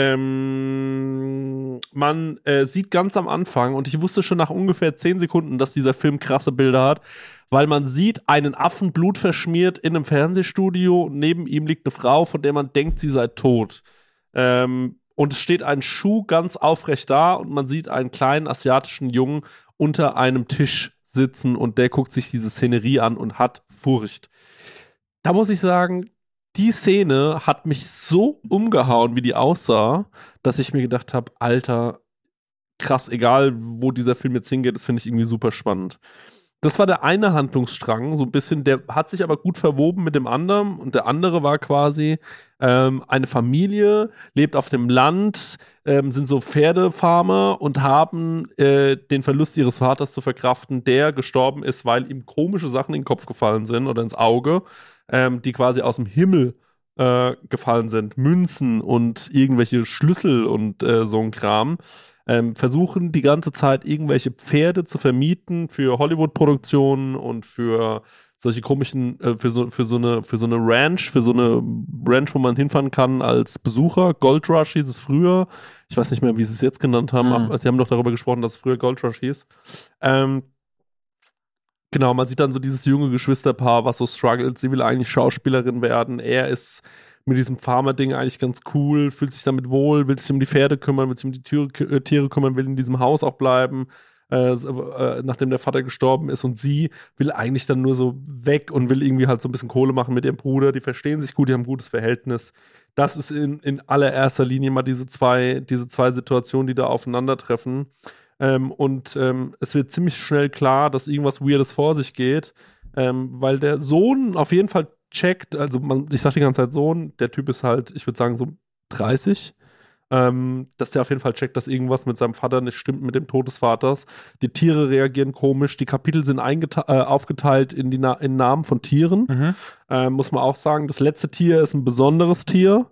Man sieht ganz am Anfang, und ich wusste schon nach ungefähr 10 Sekunden, dass dieser Film krasse Bilder hat, weil man sieht einen Affen blutverschmiert in einem Fernsehstudio und neben ihm liegt eine Frau, von der man denkt, sie sei tot. Und es steht ein Schuh ganz aufrecht da und man sieht einen kleinen asiatischen Jungen unter einem Tisch sitzen und der guckt sich diese Szenerie an und hat Furcht. Da muss ich sagen, die Szene hat mich so umgehauen, wie die aussah, dass ich mir gedacht habe, Alter, krass, egal wo dieser Film jetzt hingeht, das finde ich irgendwie super spannend. Das war der eine Handlungsstrang, so ein bisschen, der hat sich aber gut verwoben mit dem anderen und der andere war quasi eine Familie, lebt auf dem Land, sind so Pferdefarmer und haben den Verlust ihres Vaters zu verkraften, der gestorben ist, weil ihm komische Sachen in den Kopf gefallen sind oder ins Auge, die quasi aus dem Himmel gefallen sind, Münzen und irgendwelche Schlüssel und so ein Kram. Versuchen die ganze Zeit irgendwelche Pferde zu vermieten für Hollywood-Produktionen und für solche komischen, für so eine Ranch, wo man hinfahren kann als Besucher. Gold Rush hieß es früher. Ich weiß nicht mehr, wie sie es jetzt genannt haben, aber sie haben doch darüber gesprochen, dass es früher Gold Rush hieß. Genau, man sieht dann so dieses junge Geschwisterpaar, was so struggelt. Sie will eigentlich Schauspielerin werden. Er ist mit diesem Farmer-Ding eigentlich ganz cool, fühlt sich damit wohl, will sich um die Pferde kümmern, will sich um die Tiere kümmern, will in diesem Haus auch bleiben, nachdem der Vater gestorben ist, und sie will eigentlich dann nur so weg und will irgendwie halt so ein bisschen Kohle machen mit ihrem Bruder. Die verstehen sich gut, die haben ein gutes Verhältnis. Das ist in allererster Linie mal diese zwei Situationen, die da aufeinandertreffen. Es wird ziemlich schnell klar, dass irgendwas Weirdes vor sich geht, weil der Sohn auf jeden Fall checkt, also ich sag die ganze Zeit Sohn, der Typ ist halt, ich würde sagen so 30, dass der auf jeden Fall checkt, dass irgendwas mit seinem Vater nicht stimmt, mit dem Tod des Vaters. Die Tiere reagieren komisch, die Kapitel sind aufgeteilt in Namen von Tieren, muss man auch sagen. Das letzte Tier ist ein besonderes Tier,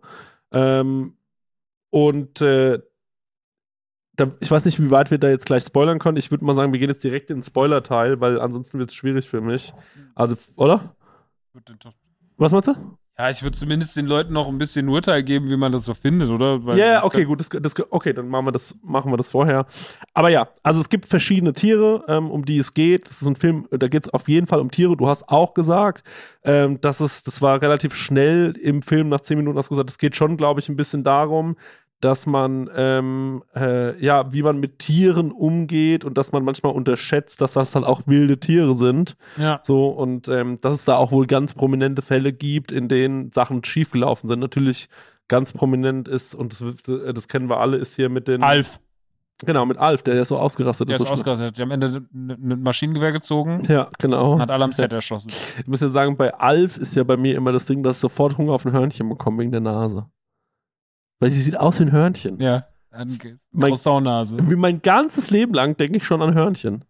ich weiß nicht, wie weit wir da jetzt gleich spoilern können. Ich würde mal sagen, wir gehen jetzt direkt in den Spoiler-Teil, weil ansonsten wird es schwierig für mich. Also, oder? Was meinst du? Ja, ich würde zumindest den Leuten noch ein bisschen Urteil geben, wie man das so findet, oder? Ja, okay, gut. Okay, dann machen wir das vorher. Aber ja, also es gibt verschiedene Tiere, um die es geht. Das ist ein Film, da geht es auf jeden Fall um Tiere. Du hast auch gesagt, das war relativ schnell im Film, nach 10 Minuten hast du gesagt, es geht schon, glaube ich, ein bisschen darum, dass man, wie man mit Tieren umgeht und dass man manchmal unterschätzt, dass das halt auch wilde Tiere sind. Ja. So, und dass es da auch wohl ganz prominente Fälle gibt, in denen Sachen schiefgelaufen sind. Natürlich ganz prominent ist, und das kennen wir alle, ist hier mit den... Alf. Genau, mit Alf, der ist so ausgerastet. Der ist ausgerastet. Die haben am Ende ein Maschinengewehr gezogen. Ja, genau. Und hat alle am Set erschossen. Ich muss ja sagen, bei Alf ist ja bei mir immer das Ding, dass ich sofort Hunger auf ein Hörnchen bekomme wegen der Nase. Weil sie sieht aus wie ein Hörnchen. Ja, Croissant-Nase. Wie mein ganzes Leben lang denke ich schon an Hörnchen.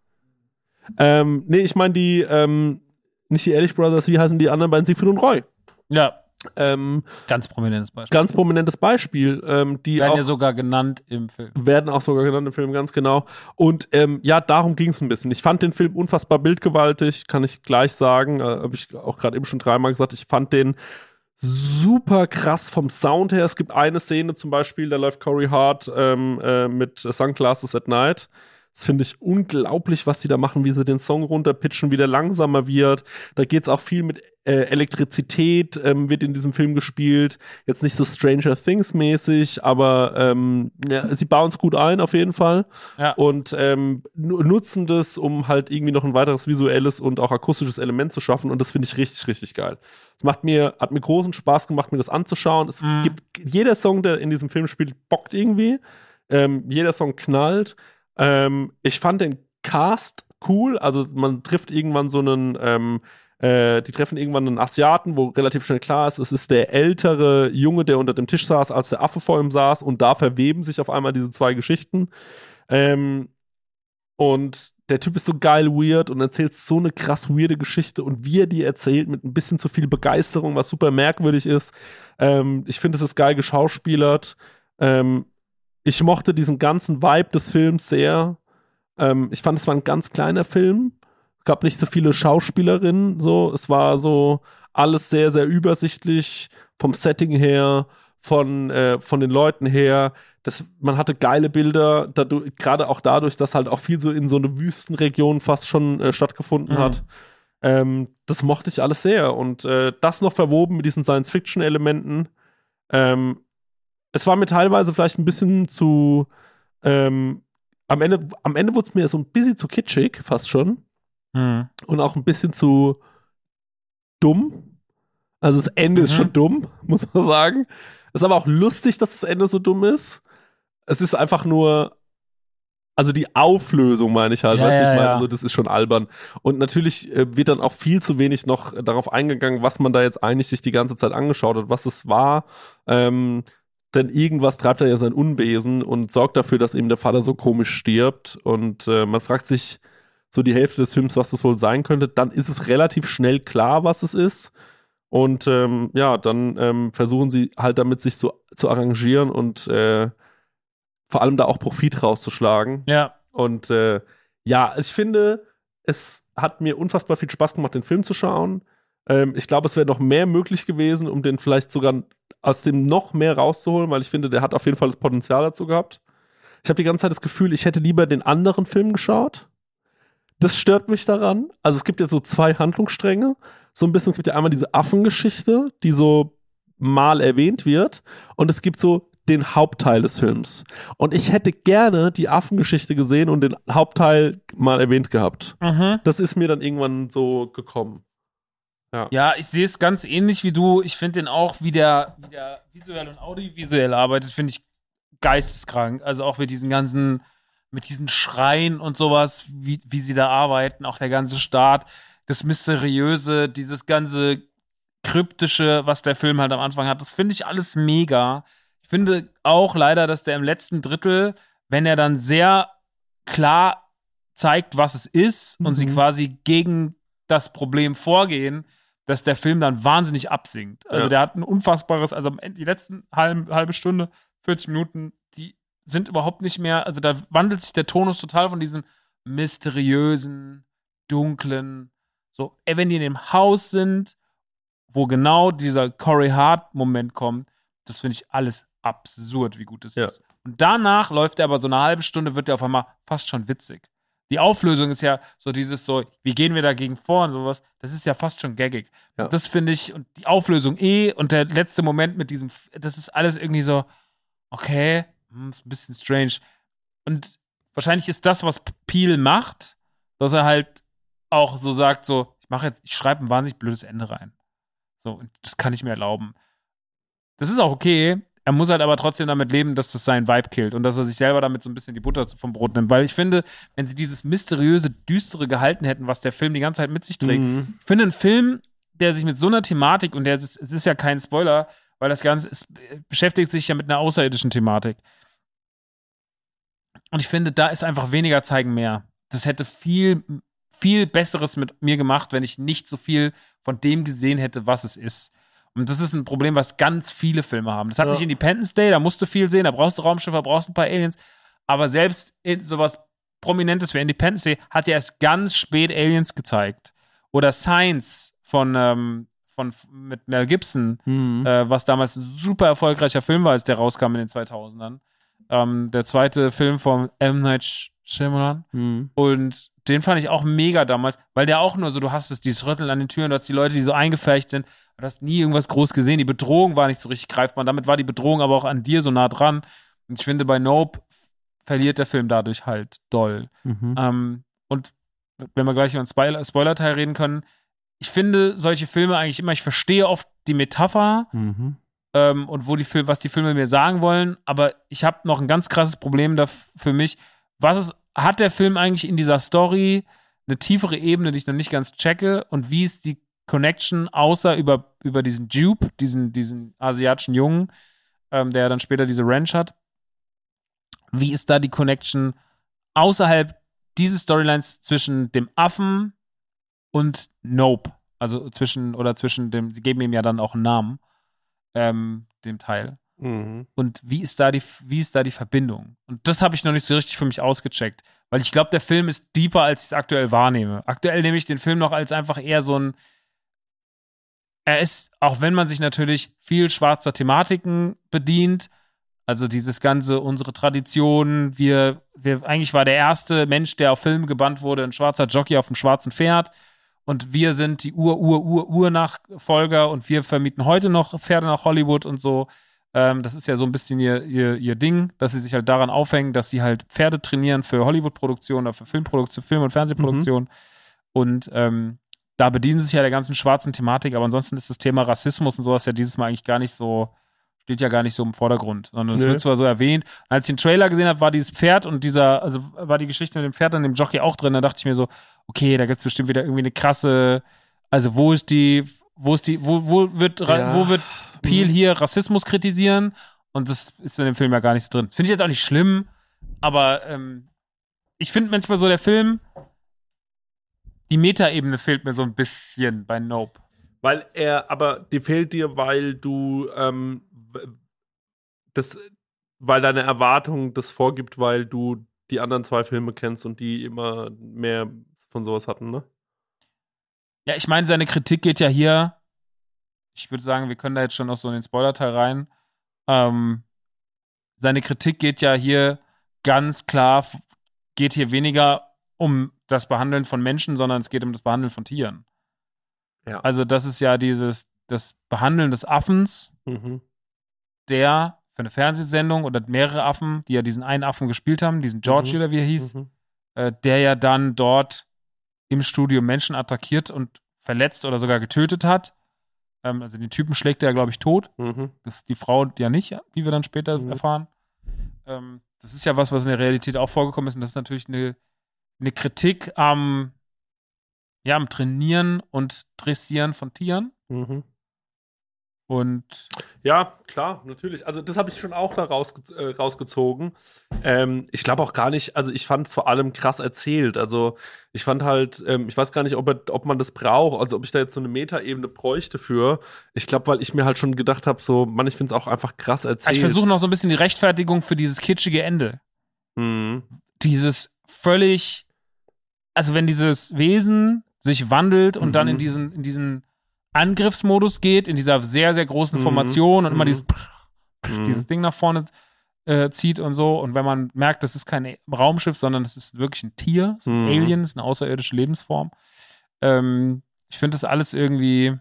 Ich meine nicht die Ehrlich Brothers, wie heißen die anderen beiden? Siegfried und Roy. Ja. Ganz prominentes Beispiel. Ganz prominentes Beispiel. Die werden ja sogar genannt im Film. Werden auch sogar genannt im Film, ganz genau. Und darum ging es ein bisschen. Ich fand den Film unfassbar bildgewaltig, kann ich gleich sagen. Habe ich auch gerade eben schon 3-mal gesagt. Ich fand den super krass vom Sound her. Es gibt eine Szene zum Beispiel, da läuft Corey Hart mit Sunglasses at Night. Das finde ich unglaublich, was die da machen, wie sie den Song runterpitchen, wie der langsamer wird. Da geht's auch viel mit Elektrizität, wird in diesem Film gespielt. Jetzt nicht so Stranger Things mäßig, aber sie bauen es gut ein auf jeden Fall. Ja. Und nutzen das, um halt irgendwie noch ein weiteres visuelles und auch akustisches Element zu schaffen. Und das finde ich richtig, richtig geil. Es hat mir großen Spaß gemacht, mir das anzuschauen. Es gibt jeder Song, der in diesem Film spielt, bockt irgendwie. Jeder Song knallt. Ich fand den Cast cool. Also man trifft irgendwann die treffen irgendwann einen Asiaten, wo relativ schnell klar ist, es ist der ältere Junge, der unter dem Tisch saß, als der Affe vor ihm saß, und da verweben sich auf einmal diese zwei Geschichten. Und der Typ ist so geil weird und erzählt so eine krass weirde Geschichte und wie er die erzählt mit ein bisschen zu viel Begeisterung, was super merkwürdig ist. Ich finde, es ist geil geschauspielert. Ich mochte diesen ganzen Vibe des Films sehr. Ich fand, es war ein ganz kleiner Film. Es gab nicht so viele Schauspielerinnen, so. Es war so alles sehr, sehr übersichtlich vom Setting her, von den Leuten her. Man hatte geile Bilder, gerade auch dadurch, dass halt auch viel so in so eine Wüstenregion fast schon stattgefunden hat. Das mochte ich alles sehr. Und das noch verwoben mit diesen Science-Fiction-Elementen. Es war mir teilweise vielleicht ein bisschen zu am Ende wurde es mir so ein bisschen zu kitschig, fast schon. Und auch ein bisschen zu dumm. Also das Ende ist schon dumm, muss man sagen. Es ist aber auch lustig, dass das Ende so dumm ist. Es ist einfach nur, also die Auflösung meine ich halt, weißt du, ich meine, so, das ist schon albern. Und natürlich wird dann auch viel zu wenig noch darauf eingegangen, was man da jetzt eigentlich sich die ganze Zeit angeschaut hat, was es war. Denn irgendwas treibt da ja sein Unwesen und sorgt dafür, dass eben der Vater so komisch stirbt. Und man fragt sich so die Hälfte des Films, was das wohl sein könnte. Dann ist es relativ schnell klar, was es ist. Und dann versuchen sie halt damit sich zu arrangieren und vor allem da auch Profit rauszuschlagen. Ja. Und ich finde, es hat mir unfassbar viel Spaß gemacht, den Film zu schauen. Ich glaube, es wäre noch mehr möglich gewesen, um den vielleicht sogar aus dem noch mehr rauszuholen, weil ich finde, der hat auf jeden Fall das Potenzial dazu gehabt. Ich habe die ganze Zeit das Gefühl, ich hätte lieber den anderen Film geschaut. Das stört mich daran. Also es gibt jetzt so 2 Handlungsstränge. So ein bisschen, es gibt ja einmal diese Affengeschichte, die so mal erwähnt wird. Und es gibt so den Hauptteil des Films. Und ich hätte gerne die Affengeschichte gesehen und den Hauptteil mal erwähnt gehabt. Das ist mir dann irgendwann so gekommen. Ja, ich sehe es ganz ähnlich wie du. Ich finde den auch, wie der visuell und audiovisuell arbeitet, finde ich geisteskrank. Also auch mit diesen Schreien und sowas, wie sie da arbeiten, auch der ganze Start, das Mysteriöse, dieses ganze Kryptische, was der Film halt am Anfang hat, das finde ich alles mega. Ich finde auch leider, dass der im letzten Drittel, wenn er dann sehr klar zeigt, was es ist und sie quasi gegen das Problem vorgehen, dass der Film dann wahnsinnig absinkt. Also der hat ein unfassbares, also am Ende, die letzten halbe Stunde, 40 Minuten, die sind überhaupt nicht mehr, also da wandelt sich der Tonus total von diesem mysteriösen, dunklen, so, wenn die in dem Haus sind, wo genau dieser Corey Hart-Moment kommt, das finde ich alles absurd, wie gut das ist. Und danach läuft er aber so eine halbe Stunde, wird der auf einmal fast schon witzig. Die Auflösung ist ja so dieses so, wie gehen wir dagegen vor und sowas, das ist ja fast schon gaggig. Ja. Das finde ich, und die Auflösung und der letzte Moment mit diesem, das ist alles irgendwie so, okay, ist ein bisschen strange. Und wahrscheinlich ist das, was Peele macht, dass er halt auch so sagt, so, ich schreibe ein wahnsinnig blödes Ende rein. So, und das kann ich mir erlauben. Das ist auch okay. Er muss halt aber trotzdem damit leben, dass das seinen Vibe killt und dass er sich selber damit so ein bisschen die Butter vom Brot nimmt. Weil ich finde, wenn sie dieses mysteriöse, düstere gehalten hätten, was der Film die ganze Zeit mit sich trägt, ich finde, ein Film, der sich mit so einer Thematik, und es ist ja kein Spoiler, weil das Ganze beschäftigt sich ja mit einer außerirdischen Thematik. Und ich finde, da ist einfach weniger zeigen mehr. Das hätte viel, viel Besseres mit mir gemacht, wenn ich nicht so viel von dem gesehen hätte, was es ist. Und das ist ein Problem, was ganz viele Filme haben. Das hat nicht Independence Day, da musst du viel sehen, da brauchst du Raumschiffe, da brauchst du ein paar Aliens. Aber selbst in sowas Prominentes wie Independence Day hat ja erst ganz spät Aliens gezeigt. Oder Science mit Mel Gibson, was damals ein super erfolgreicher Film war, als der rauskam in den 2000ern. Der zweite Film von M. Night Shyamalan. Und den fand ich auch mega damals, weil der auch nur so, du hast dieses Rütteln an den Türen, du hast die Leute, die so eingefärbt sind, du hast nie irgendwas groß gesehen, die Bedrohung war nicht so richtig greifbar, damit war die Bedrohung aber auch an dir so nah dran. Und ich finde, bei Nope verliert der Film dadurch halt doll. Und wenn wir gleich über den Spoiler-Teil reden können, ich finde solche Filme eigentlich immer, ich verstehe oft die Metapher und was die Filme mir sagen wollen, aber ich habe noch ein ganz krasses Problem für mich. Hat der Film eigentlich in dieser Story eine tiefere Ebene, die ich noch nicht ganz checke? Und wie ist die Connection, außer über diesen Jupe, diesen asiatischen Jungen, der dann später diese Ranch hat? Wie ist da die Connection außerhalb diese Storylines zwischen dem Affen und Nope, also zwischen dem, sie geben ihm ja dann auch einen Namen, dem Teil. Mhm. Und wie ist da die Verbindung? Und das habe ich noch nicht so richtig für mich ausgecheckt. Weil ich glaube, der Film ist deeper, als ich es aktuell wahrnehme. Aktuell nehme ich den Film noch als einfach eher so ein. Er ist, auch wenn man sich natürlich viel schwarzer Thematiken bedient, also dieses ganze, unsere Tradition, wir eigentlich war der erste Mensch, der auf Film gebannt wurde, ein schwarzer Jockey auf einem schwarzen Pferd. Und wir sind die Ur-Nachfolger und wir vermieten heute noch Pferde nach Hollywood und so. Das ist ja so ein bisschen ihr Ding, dass sie sich halt daran aufhängen, dass sie halt Pferde trainieren für Hollywood-Produktion oder für Film- und Fernsehproduktion. Und da bedienen sie sich ja der ganzen schwarzen Thematik, aber ansonsten ist das Thema Rassismus und sowas ja dieses Mal eigentlich gar nicht so, steht ja gar nicht so im Vordergrund, sondern es wird zwar so erwähnt. Als ich den Trailer gesehen habe, war dieses Pferd und also war die Geschichte mit dem Pferd und dem Jockey auch drin, da dachte ich mir so, okay, da gibt es bestimmt wieder irgendwie eine krasse, also wo wird Peel hier Rassismus kritisieren und das ist in dem Film ja gar nicht so drin. Finde ich jetzt auch nicht schlimm, aber ich finde manchmal so der Film, die Metaebene fehlt mir so ein bisschen bei Nope. Aber die fehlt dir, weil du weil deine Erwartung das vorgibt, weil du die anderen 2 Filme kennst und die immer mehr von sowas hatten, ne? Ja, ich meine, seine Kritik geht ja hier, ich würde sagen, wir können da jetzt schon noch so in den Spoiler-Teil rein. Seine Kritik geht ja hier ganz klar, geht hier weniger um das Behandeln von Menschen, sondern es geht um das Behandeln von Tieren. Ja. Also das ist ja das Behandeln des Affens, der für eine Fernsehsendung oder mehrere Affen, die ja diesen einen Affen gespielt haben, diesen Georgie oder wie er hieß, der ja dann dort im Studio Menschen attackiert und verletzt oder sogar getötet hat. Also den Typen schlägt er, glaube ich, tot. Das ist die Frau ja nicht, wie wir dann später erfahren. Das ist ja was in der Realität auch vorgekommen ist und das ist natürlich eine Kritik am Trainieren und Dressieren von Tieren. Und ja, klar, natürlich. Also das habe ich schon auch da rausgezogen. Ich glaube auch gar nicht, also ich fand es vor allem krass erzählt. Also ich fand halt, ich weiß gar nicht, ob man das braucht, also ob ich da jetzt so eine Metaebene bräuchte für. Ich glaube, weil ich mir halt schon gedacht habe, so, Mann, ich finde es auch einfach krass erzählt. Ich versuche noch so ein bisschen die Rechtfertigung für dieses kitschige Ende. Dieses völlig, also wenn dieses Wesen sich wandelt und dann in diesen Angriffsmodus geht, in dieser sehr, sehr großen Formation und immer dieses Ding nach vorne zieht und so. Und wenn man merkt, das ist kein Raumschiff, sondern das ist wirklich ein Tier, das ist ein Alien, das ist eine außerirdische Lebensform. Ich finde das alles irgendwie,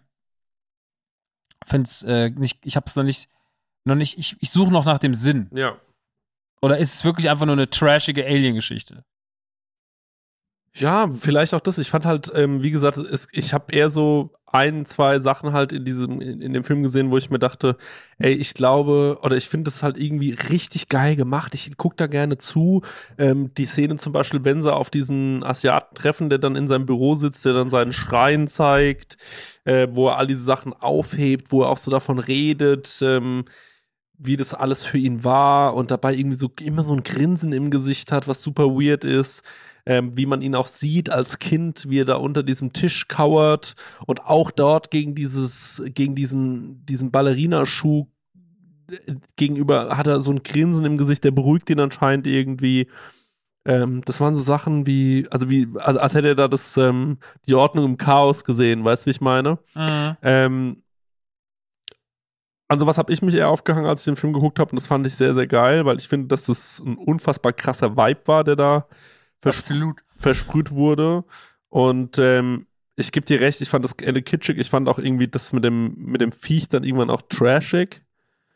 ich hab's noch nicht, ich suche noch nach dem Sinn. Ja. Oder ist es wirklich einfach nur eine trashige Alien-Geschichte? Ja, vielleicht auch das. Ich fand halt, wie gesagt, ich habe eher so 1, 2 Sachen halt in dem Film gesehen, wo ich mir dachte, ey, ich glaube, oder ich finde das halt irgendwie richtig geil gemacht. Ich guck da gerne zu. Die Szene zum Beispiel, wenn sie auf diesen Asiaten treffen, der dann in seinem Büro sitzt, der dann seinen Schrein zeigt, wo er all diese Sachen aufhebt, wo er auch so davon redet, wie das alles für ihn war und dabei irgendwie so immer so ein Grinsen im Gesicht hat, was super weird ist. Wie man ihn auch sieht als Kind, wie er da unter diesem Tisch kauert und auch dort gegen diesen Ballerinaschuh gegenüber hat er so ein Grinsen im Gesicht, der beruhigt ihn anscheinend irgendwie. Das waren so Sachen als hätte er da die Ordnung im Chaos gesehen, weißt du, wie ich meine? An sowas habe ich mich eher aufgehangen, als ich den Film geguckt habe und das fand ich sehr, sehr geil, weil ich finde, dass das ein unfassbar krasser Vibe war, der da versprüht wurde. Und ich gebe dir recht, ich fand das Ende kitschig. Ich fand auch irgendwie das mit dem Viech dann irgendwann auch trashig.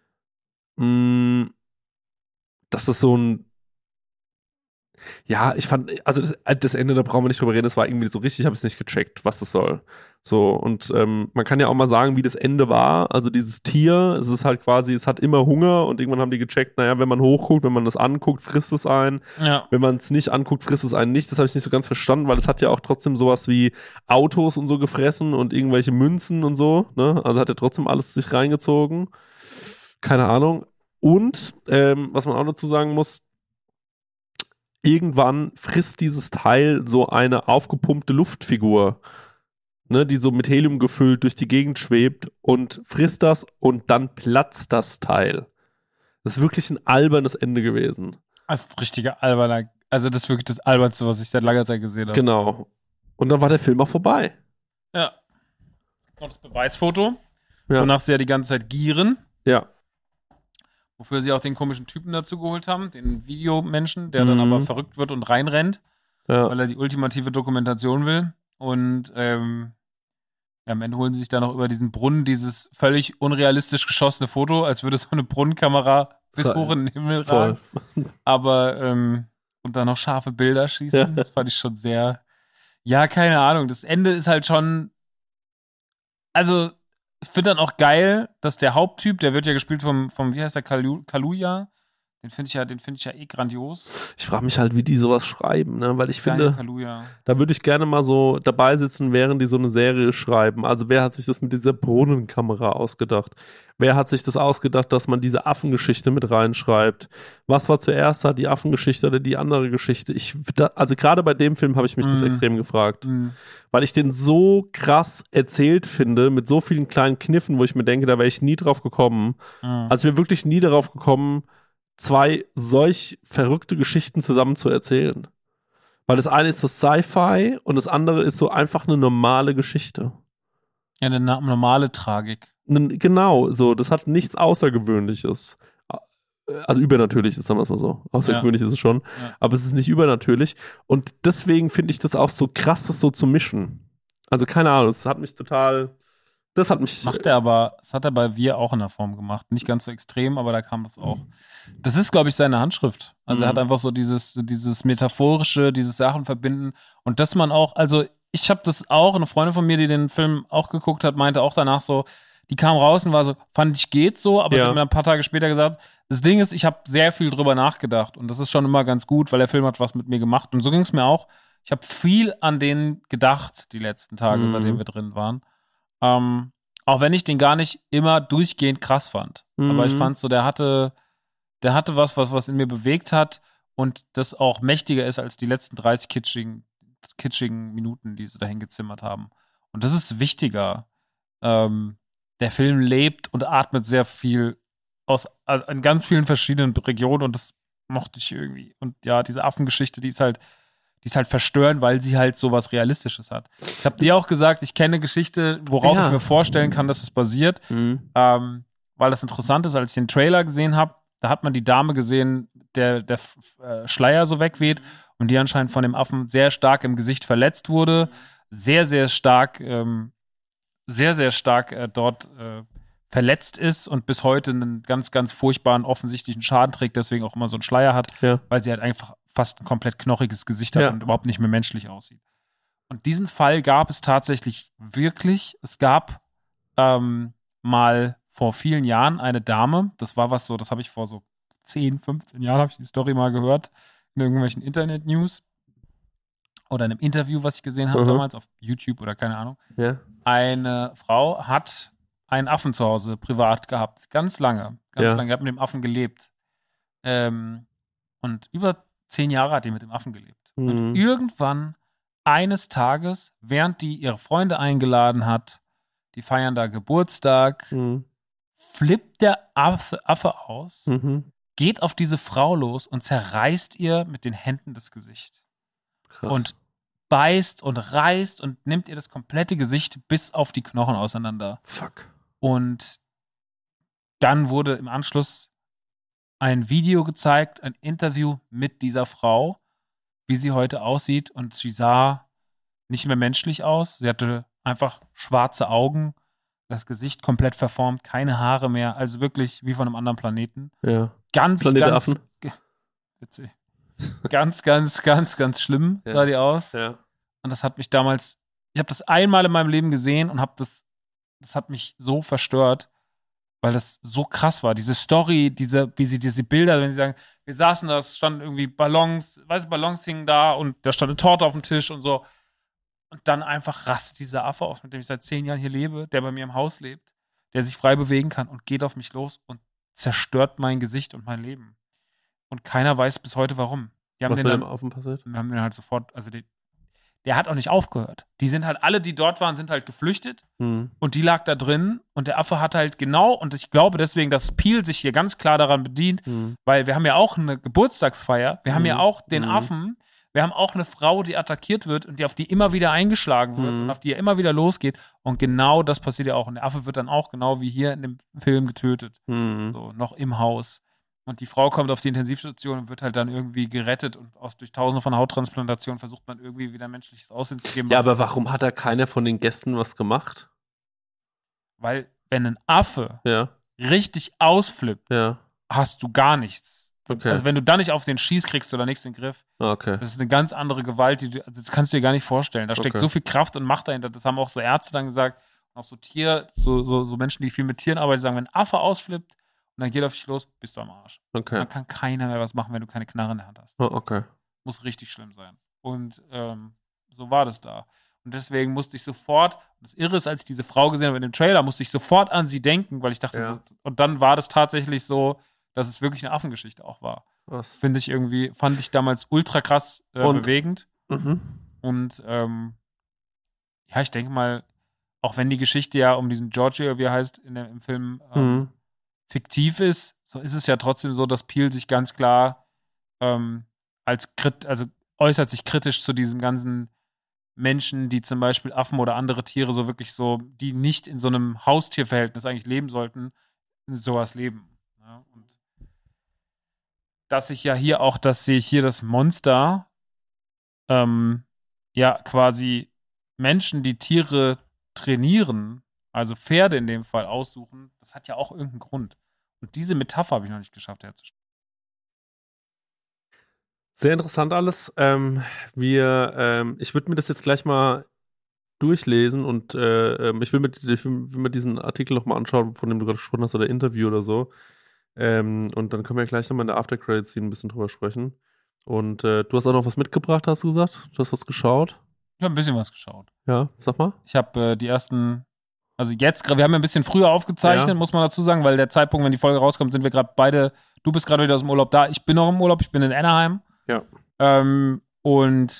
Das ist so ein ich fand, also das Ende, da brauchen wir nicht drüber reden, das war irgendwie so richtig, ich habe es nicht gecheckt, was das soll. So, und man kann ja auch mal sagen, wie das Ende war. Also dieses Tier, es ist halt quasi, es hat immer Hunger und irgendwann haben die gecheckt, naja, wenn man hochguckt, wenn man das anguckt, frisst es einen. Ja. Wenn man es nicht anguckt, frisst es einen nicht. Das habe ich nicht so ganz verstanden, weil es hat ja auch trotzdem sowas wie Autos und so gefressen und irgendwelche Münzen und so, ne? Also hat ja trotzdem alles sich reingezogen. Keine Ahnung. Und, was man auch dazu sagen muss, irgendwann frisst dieses Teil so eine aufgepumpte Luftfigur, ne, die so mit Helium gefüllt durch die Gegend schwebt und frisst das und dann platzt das Teil. Das ist wirklich ein albernes Ende gewesen. Das ist ein richtiger alberner, also das ist wirklich das Albernste, was ich seit langer Zeit gesehen habe. Genau. Und dann war der Film auch vorbei. Ja. Und das Beweisfoto, Ja. wonach sie ja die ganze Zeit gieren. Ja. Wofür sie auch den komischen Typen dazu geholt haben, den Videomenschen, der dann aber verrückt wird und reinrennt, weil er die ultimative Dokumentation will. Und am Ende holen sie sich dann noch über diesen Brunnen dieses völlig unrealistisch geschossene Foto, als würde so eine Brunnenkamera bis hoch in den Himmel ragen. Aber und dann noch scharfe Bilder schießen. Ja. Das fand ich schon sehr, ja, keine Ahnung. Das Ende ist halt schon, also ich finde dann auch geil, dass der Haupttyp, der wird ja gespielt vom wie heißt der, Kaluuya, den finde ich ja eh grandios. Ich frage mich halt, wie die sowas schreiben, ne? Weil ich finde, Kaluuya. Da würde ich gerne mal so dabei sitzen, während die so eine Serie schreiben. Also wer hat sich das mit dieser Brunnenkamera ausgedacht? Wer hat sich das ausgedacht, dass man diese Affengeschichte mit reinschreibt? Was war zuerst da, die Affengeschichte oder die andere Geschichte? Also gerade bei dem Film habe ich mich das extrem gefragt. Weil ich den so krass erzählt finde, mit so vielen kleinen Kniffen, wo ich mir denke, da wäre ich nie drauf gekommen. Also ich wäre wirklich nie darauf gekommen, zwei solch verrückte Geschichten zusammen zu erzählen. Weil das eine ist das Sci-Fi und das andere ist so einfach eine normale Geschichte. Ja, eine normale Tragik. Genau, so, das hat nichts Außergewöhnliches. Also Übernatürliches, sagen wir es mal so. Außergewöhnlich ist es schon, aber es ist nicht übernatürlich. Und deswegen finde ich das auch so krass, das so zu mischen. Also keine Ahnung, das hat mich. Das hat er bei Wir auch in der Form gemacht. Nicht ganz so extrem, aber da kam das auch. Das ist, glaube ich, seine Handschrift. Also er hat einfach so dieses Metaphorische, dieses Sachen verbinden. Und dass man auch, also ich habe das auch, eine Freundin von mir, die den Film auch geguckt hat, meinte auch danach so, die kam raus und war so, fand ich geht so, aber sie hat mir ein paar Tage später gesagt, das Ding ist, ich habe sehr viel drüber nachgedacht und das ist schon immer ganz gut, weil der Film hat was mit mir gemacht. Und so ging es mir auch. Ich habe viel an den gedacht, die letzten Tage, seitdem wir drin waren. Auch wenn ich den gar nicht immer durchgehend krass fand. Aber ich fand so, der hatte was in mir bewegt hat und das auch mächtiger ist als die letzten 30 kitschigen Minuten, die sie dahin gezimmert haben. Und das ist wichtiger. Der Film lebt und atmet sehr viel in ganz vielen verschiedenen Regionen und das mochte ich irgendwie. Und ja, diese Affengeschichte, die ist halt verstörend, weil sie halt so was Realistisches hat. Ich habe dir auch gesagt, ich kenne eine Geschichte, worauf ich mir vorstellen kann, dass es basiert, weil das interessant ist, als ich den Trailer gesehen habe, da hat man die Dame gesehen, der Schleier so wegweht und die anscheinend von dem Affen sehr stark im Gesicht verletzt wurde, sehr, sehr stark dort verletzt ist und bis heute einen ganz, ganz furchtbaren, offensichtlichen Schaden trägt, deswegen auch immer so einen Schleier hat, weil sie halt einfach fast ein komplett knochiges Gesicht hat und überhaupt nicht mehr menschlich aussieht. Und diesen Fall gab es tatsächlich wirklich. Es gab mal vor vielen Jahren eine Dame, das war was so, das habe ich vor so 10, 15 Jahren, habe ich die Story mal gehört, in irgendwelchen Internet-News oder in einem Interview, was ich gesehen habe damals auf YouTube oder keine Ahnung. Ja. Eine Frau hat einen Affen zu Hause privat gehabt, ganz lange, lange, hat mit dem Affen gelebt. Und über 10 Jahre hat die mit dem Affen gelebt. Und irgendwann, eines Tages, während die ihre Freunde eingeladen hat, die feiern da Geburtstag, flippt der Affe aus, geht auf diese Frau los und zerreißt ihr mit den Händen das Gesicht. Krass. Und beißt und reißt und nimmt ihr das komplette Gesicht bis auf die Knochen auseinander. Fuck. Und dann wurde im Anschluss ein Video gezeigt, ein Interview mit dieser Frau, wie sie heute aussieht. Und sie sah nicht mehr menschlich aus. Sie hatte einfach schwarze Augen, das Gesicht komplett verformt, keine Haare mehr. Also wirklich wie von einem anderen Planeten. Ja. Ganz witzig. Ganz, ganz, ganz, ganz schlimm sah die aus. Ja. Und das hat mich damals, ich habe das einmal in meinem Leben gesehen und das hat mich so verstört, weil das so krass war. Diese Story, wie sie diese Bilder, wenn sie sagen, wir saßen da, es standen irgendwie Ballons hingen da und da stand eine Torte auf dem Tisch und so. Und dann einfach rastet dieser Affe auf, mit dem ich seit 10 Jahren hier lebe, der bei mir im Haus lebt, der sich frei bewegen kann und geht auf mich los und zerstört mein Gesicht und mein Leben. Und keiner weiß bis heute warum. Was mit dem Affen passiert? Wir haben den halt sofort, also der hat auch nicht aufgehört. Die sind halt, alle, die dort waren, sind halt geflüchtet und die lag da drin und der Affe hat halt genau, und ich glaube deswegen, dass Peel sich hier ganz klar daran bedient, weil wir haben ja auch eine Geburtstagsfeier, wir haben ja auch den Affen, wir haben auch eine Frau, die attackiert wird und auf die immer wieder eingeschlagen wird und auf die er immer wieder losgeht und genau das passiert ja auch und der Affe wird dann auch genau wie hier in dem Film getötet, so noch im Haus. Und die Frau kommt auf die Intensivstation und wird halt dann irgendwie gerettet und durch Tausende von Hauttransplantationen versucht man irgendwie wieder menschliches Aussehen zu geben. Ja, aber warum hat da keiner von den Gästen was gemacht? Weil, wenn ein Affe richtig ausflippt, hast du gar nichts. Okay. Also wenn du da nicht auf den schießt, kriegst du da nichts in den Griff. Okay. Das ist eine ganz andere Gewalt, das kannst du dir gar nicht vorstellen. Da steckt so viel Kraft und Macht dahinter. Das haben auch so Ärzte dann gesagt, auch so so Menschen, die viel mit Tieren arbeiten, sagen, wenn ein Affe ausflippt, und dann geht er auf dich los, bist du am Arsch. Okay. Dann kann keiner mehr was machen, wenn du keine Knarre in der Hand hast. Oh, okay. Muss richtig schlimm sein. Und so war das da. Und deswegen musste ich sofort, das Irre ist, als ich diese Frau gesehen habe in dem Trailer, musste ich sofort an sie denken, weil ich dachte so, und dann war das tatsächlich so, dass es wirklich eine Affengeschichte auch war. Was? Fand ich damals ultra krass bewegend. Und ja, ich denke mal, auch wenn die Geschichte ja um diesen Giorgio, wie er heißt, im Film fiktiv ist, so ist es ja trotzdem so, dass Peel sich ganz klar äußert sich kritisch zu diesem ganzen Menschen, die zum Beispiel Affen oder andere Tiere so wirklich so, die nicht in so einem Haustierverhältnis eigentlich leben sollten, sowas leben. Ja, und dass sich hier das Monster ja quasi Menschen, die Tiere trainieren, also Pferde in dem Fall aussuchen, das hat ja auch irgendeinen Grund. Und diese Metapher habe ich noch nicht geschafft herzustellen. Sehr interessant alles. Ich würde mir das jetzt gleich mal durchlesen und ich will mir diesen Artikel nochmal anschauen, von dem du gerade gesprochen hast, oder Interview oder so. Und dann können wir gleich nochmal in der After-Credit-Scene ein bisschen drüber sprechen. Und du hast auch noch was mitgebracht, hast du gesagt? Du hast was geschaut? Ich habe ein bisschen was geschaut. Ja, sag mal. Ich habe die ersten, also jetzt, wir haben ja ein bisschen früher aufgezeichnet, muss man dazu sagen, weil der Zeitpunkt, wenn die Folge rauskommt, sind wir gerade beide, du bist gerade wieder aus dem Urlaub da, ich bin noch im Urlaub, ich bin in Anaheim. Ja. Und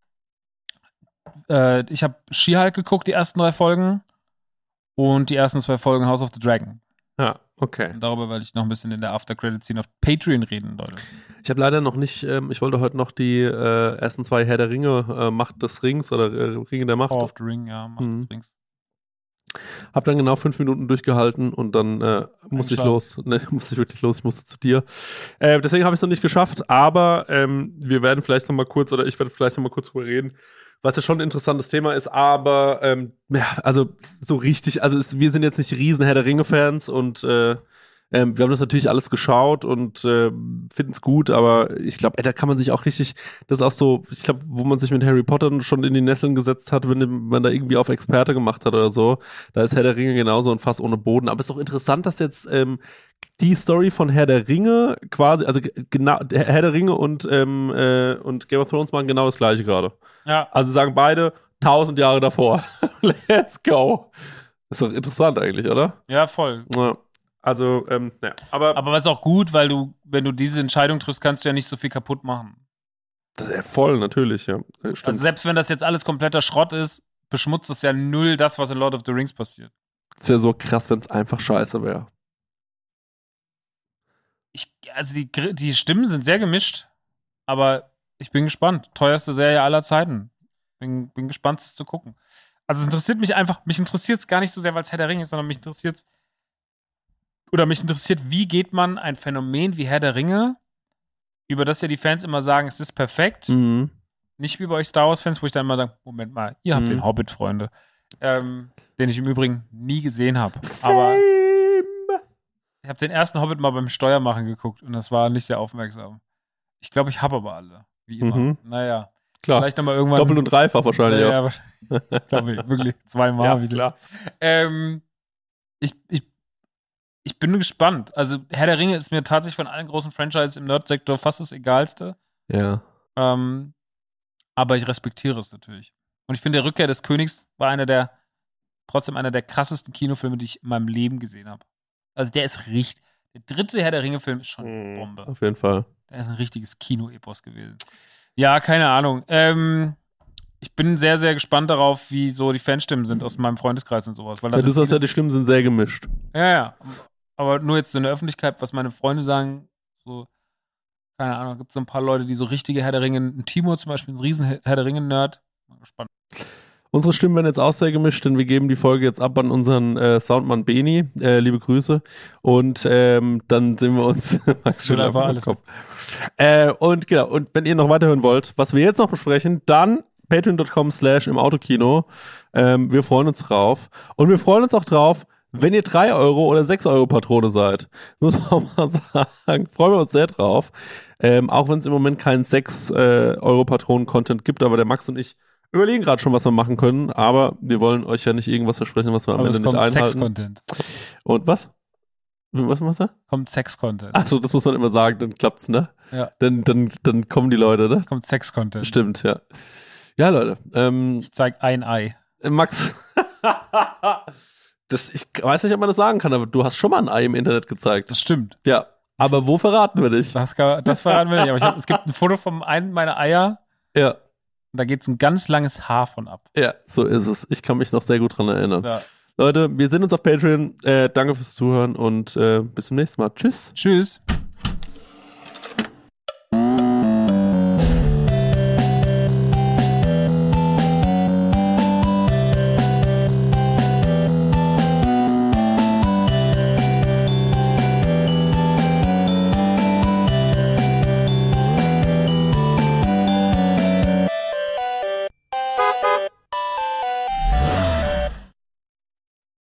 ich habe She-Hulk geguckt, die ersten 3 Folgen und die ersten 2 Folgen House of the Dragon. Ja, okay. Und darüber werde ich noch ein bisschen in der After-Credit-Scene auf Patreon reden, Leute. Ich habe leider noch nicht, ich wollte heute noch die ersten 2 Herr der Ringe, Macht des Rings oder Ringe der Macht. Power of the Ring, ja, Macht des Rings. Hab dann genau 5 Minuten durchgehalten und dann musste ich los. Ne, musste ich wirklich los, ich musste zu dir. Deswegen habe ich es noch nicht geschafft, aber wir werden vielleicht noch mal kurz, oder ich werde vielleicht noch mal kurz drüber reden, was ja schon ein interessantes Thema ist, aber ja, also so richtig, also wir sind jetzt nicht riesen Herr der Ringe-Fans und wir haben das natürlich alles geschaut und finden es gut, aber ich glaube, da kann man sich auch richtig, das ist auch so, ich glaube, wo man sich mit Harry Potter schon in die Nesseln gesetzt hat, wenn man da irgendwie auf Experte gemacht hat oder so, da ist Herr der Ringe genauso ein Fass ohne Boden. Aber es ist doch interessant, dass jetzt die Story von Herr der Ringe quasi, also genau, Herr der Ringe und Game of Thrones machen genau das Gleiche gerade. Ja. Also sagen beide 1000 Jahre davor. Let's go. Das ist doch interessant eigentlich, oder? Ja, voll. Ja. Also, ja, aber was ist auch gut, weil wenn du diese Entscheidung triffst, kannst du ja nicht so viel kaputt machen. Das ist ja voll, natürlich, ja. Stimmt. Also selbst wenn das jetzt alles kompletter Schrott ist, beschmutzt es ja null das, was in Lord of the Rings passiert. Es wäre so krass, wenn es einfach scheiße wäre. Also die Stimmen sind sehr gemischt, aber ich bin gespannt. Teuerste Serie aller Zeiten. Bin gespannt, es zu gucken. Also es interessiert mich einfach, mich interessiert es gar nicht so sehr, weil es Herr der Ringe ist, sondern mich interessiert, wie geht man ein Phänomen wie Herr der Ringe, über das ja die Fans immer sagen, es ist perfekt. Nicht wie bei euch Star Wars-Fans, wo ich dann immer sage, Moment mal, ihr habt den Hobbit, Freunde. Den ich im Übrigen nie gesehen habe. Aber ich habe den ersten Hobbit mal beim Steuermachen geguckt und das war nicht sehr aufmerksam. Ich glaube, ich habe aber alle. Wie immer. Naja. Klar. Vielleicht nochmal irgendwann. Doppelt und dreifach wahrscheinlich, ja. Ich glaube, wirklich 2-mal. Ja, wieder. Klar. Ich bin gespannt. Also, Herr der Ringe ist mir tatsächlich von allen großen Franchises im Nerd-Sektor fast das Egalste. Ja. Aber ich respektiere es natürlich. Und ich finde, der Rückkehr des Königs war trotzdem einer der krassesten Kinofilme, die ich in meinem Leben gesehen habe. Also, der ist Der 3. Herr der Ringe-Film ist schon eine Bombe. Auf jeden Fall. Der ist ein richtiges Kino-Epos gewesen. Ja, keine Ahnung. Ich bin sehr, sehr gespannt darauf, wie so die Fanstimmen sind aus meinem Freundeskreis und sowas. Weil du sagst ja, die Stimmen sind sehr gemischt. Ja. Aber nur jetzt so in der Öffentlichkeit, was meine Freunde sagen, so, keine Ahnung, gibt es so ein paar Leute, die so richtige Herr der Ringe, ein Timo zum Beispiel, ein riesen Herr der Ringe-Nerd. Spannend. Unsere Stimmen werden jetzt auch sehr gemischt, denn wir geben die Folge jetzt ab an unseren Soundmann Beni. Liebe Grüße. Und dann sehen wir uns. Max schon einfach alles. Und genau, und wenn ihr noch weiterhören wollt, was wir jetzt noch besprechen, dann patreon.com/imautokino. Wir freuen uns drauf. Und wir freuen uns auch drauf, wenn ihr 3 Euro oder 6 Euro Patrone seid. Muss man auch mal sagen. Freuen wir uns sehr drauf. Auch wenn es im Moment keinen 6 Euro Patronen-Content gibt, aber der Max und ich überlegen gerade schon, was wir machen können, aber wir wollen euch ja nicht irgendwas versprechen, was wir am Ende nicht einhalten. Sex-Content. Und was? Was machst du? Kommt Sex-Content. Ach so, das muss man immer sagen, dann klappt's, ne? Ja. Dann kommen die Leute, ne? Kommt Sex-Content. Stimmt, ja. Ja, Leute. Ich zeig ein Ei. Max. Ich weiß nicht, ob man das sagen kann, aber du hast schon mal ein Ei im Internet gezeigt. Das stimmt. Ja. Aber wo verraten wir dich? Das verraten wir nicht, aber es gibt ein Foto von einem meiner Eier. Ja. Und da geht ein ganz langes Haar von ab. Ja, so ist es. Ich kann mich noch sehr gut dran erinnern. Ja. Leute, wir sehen uns auf Patreon. Danke fürs Zuhören und bis zum nächsten Mal. Tschüss. Tschüss.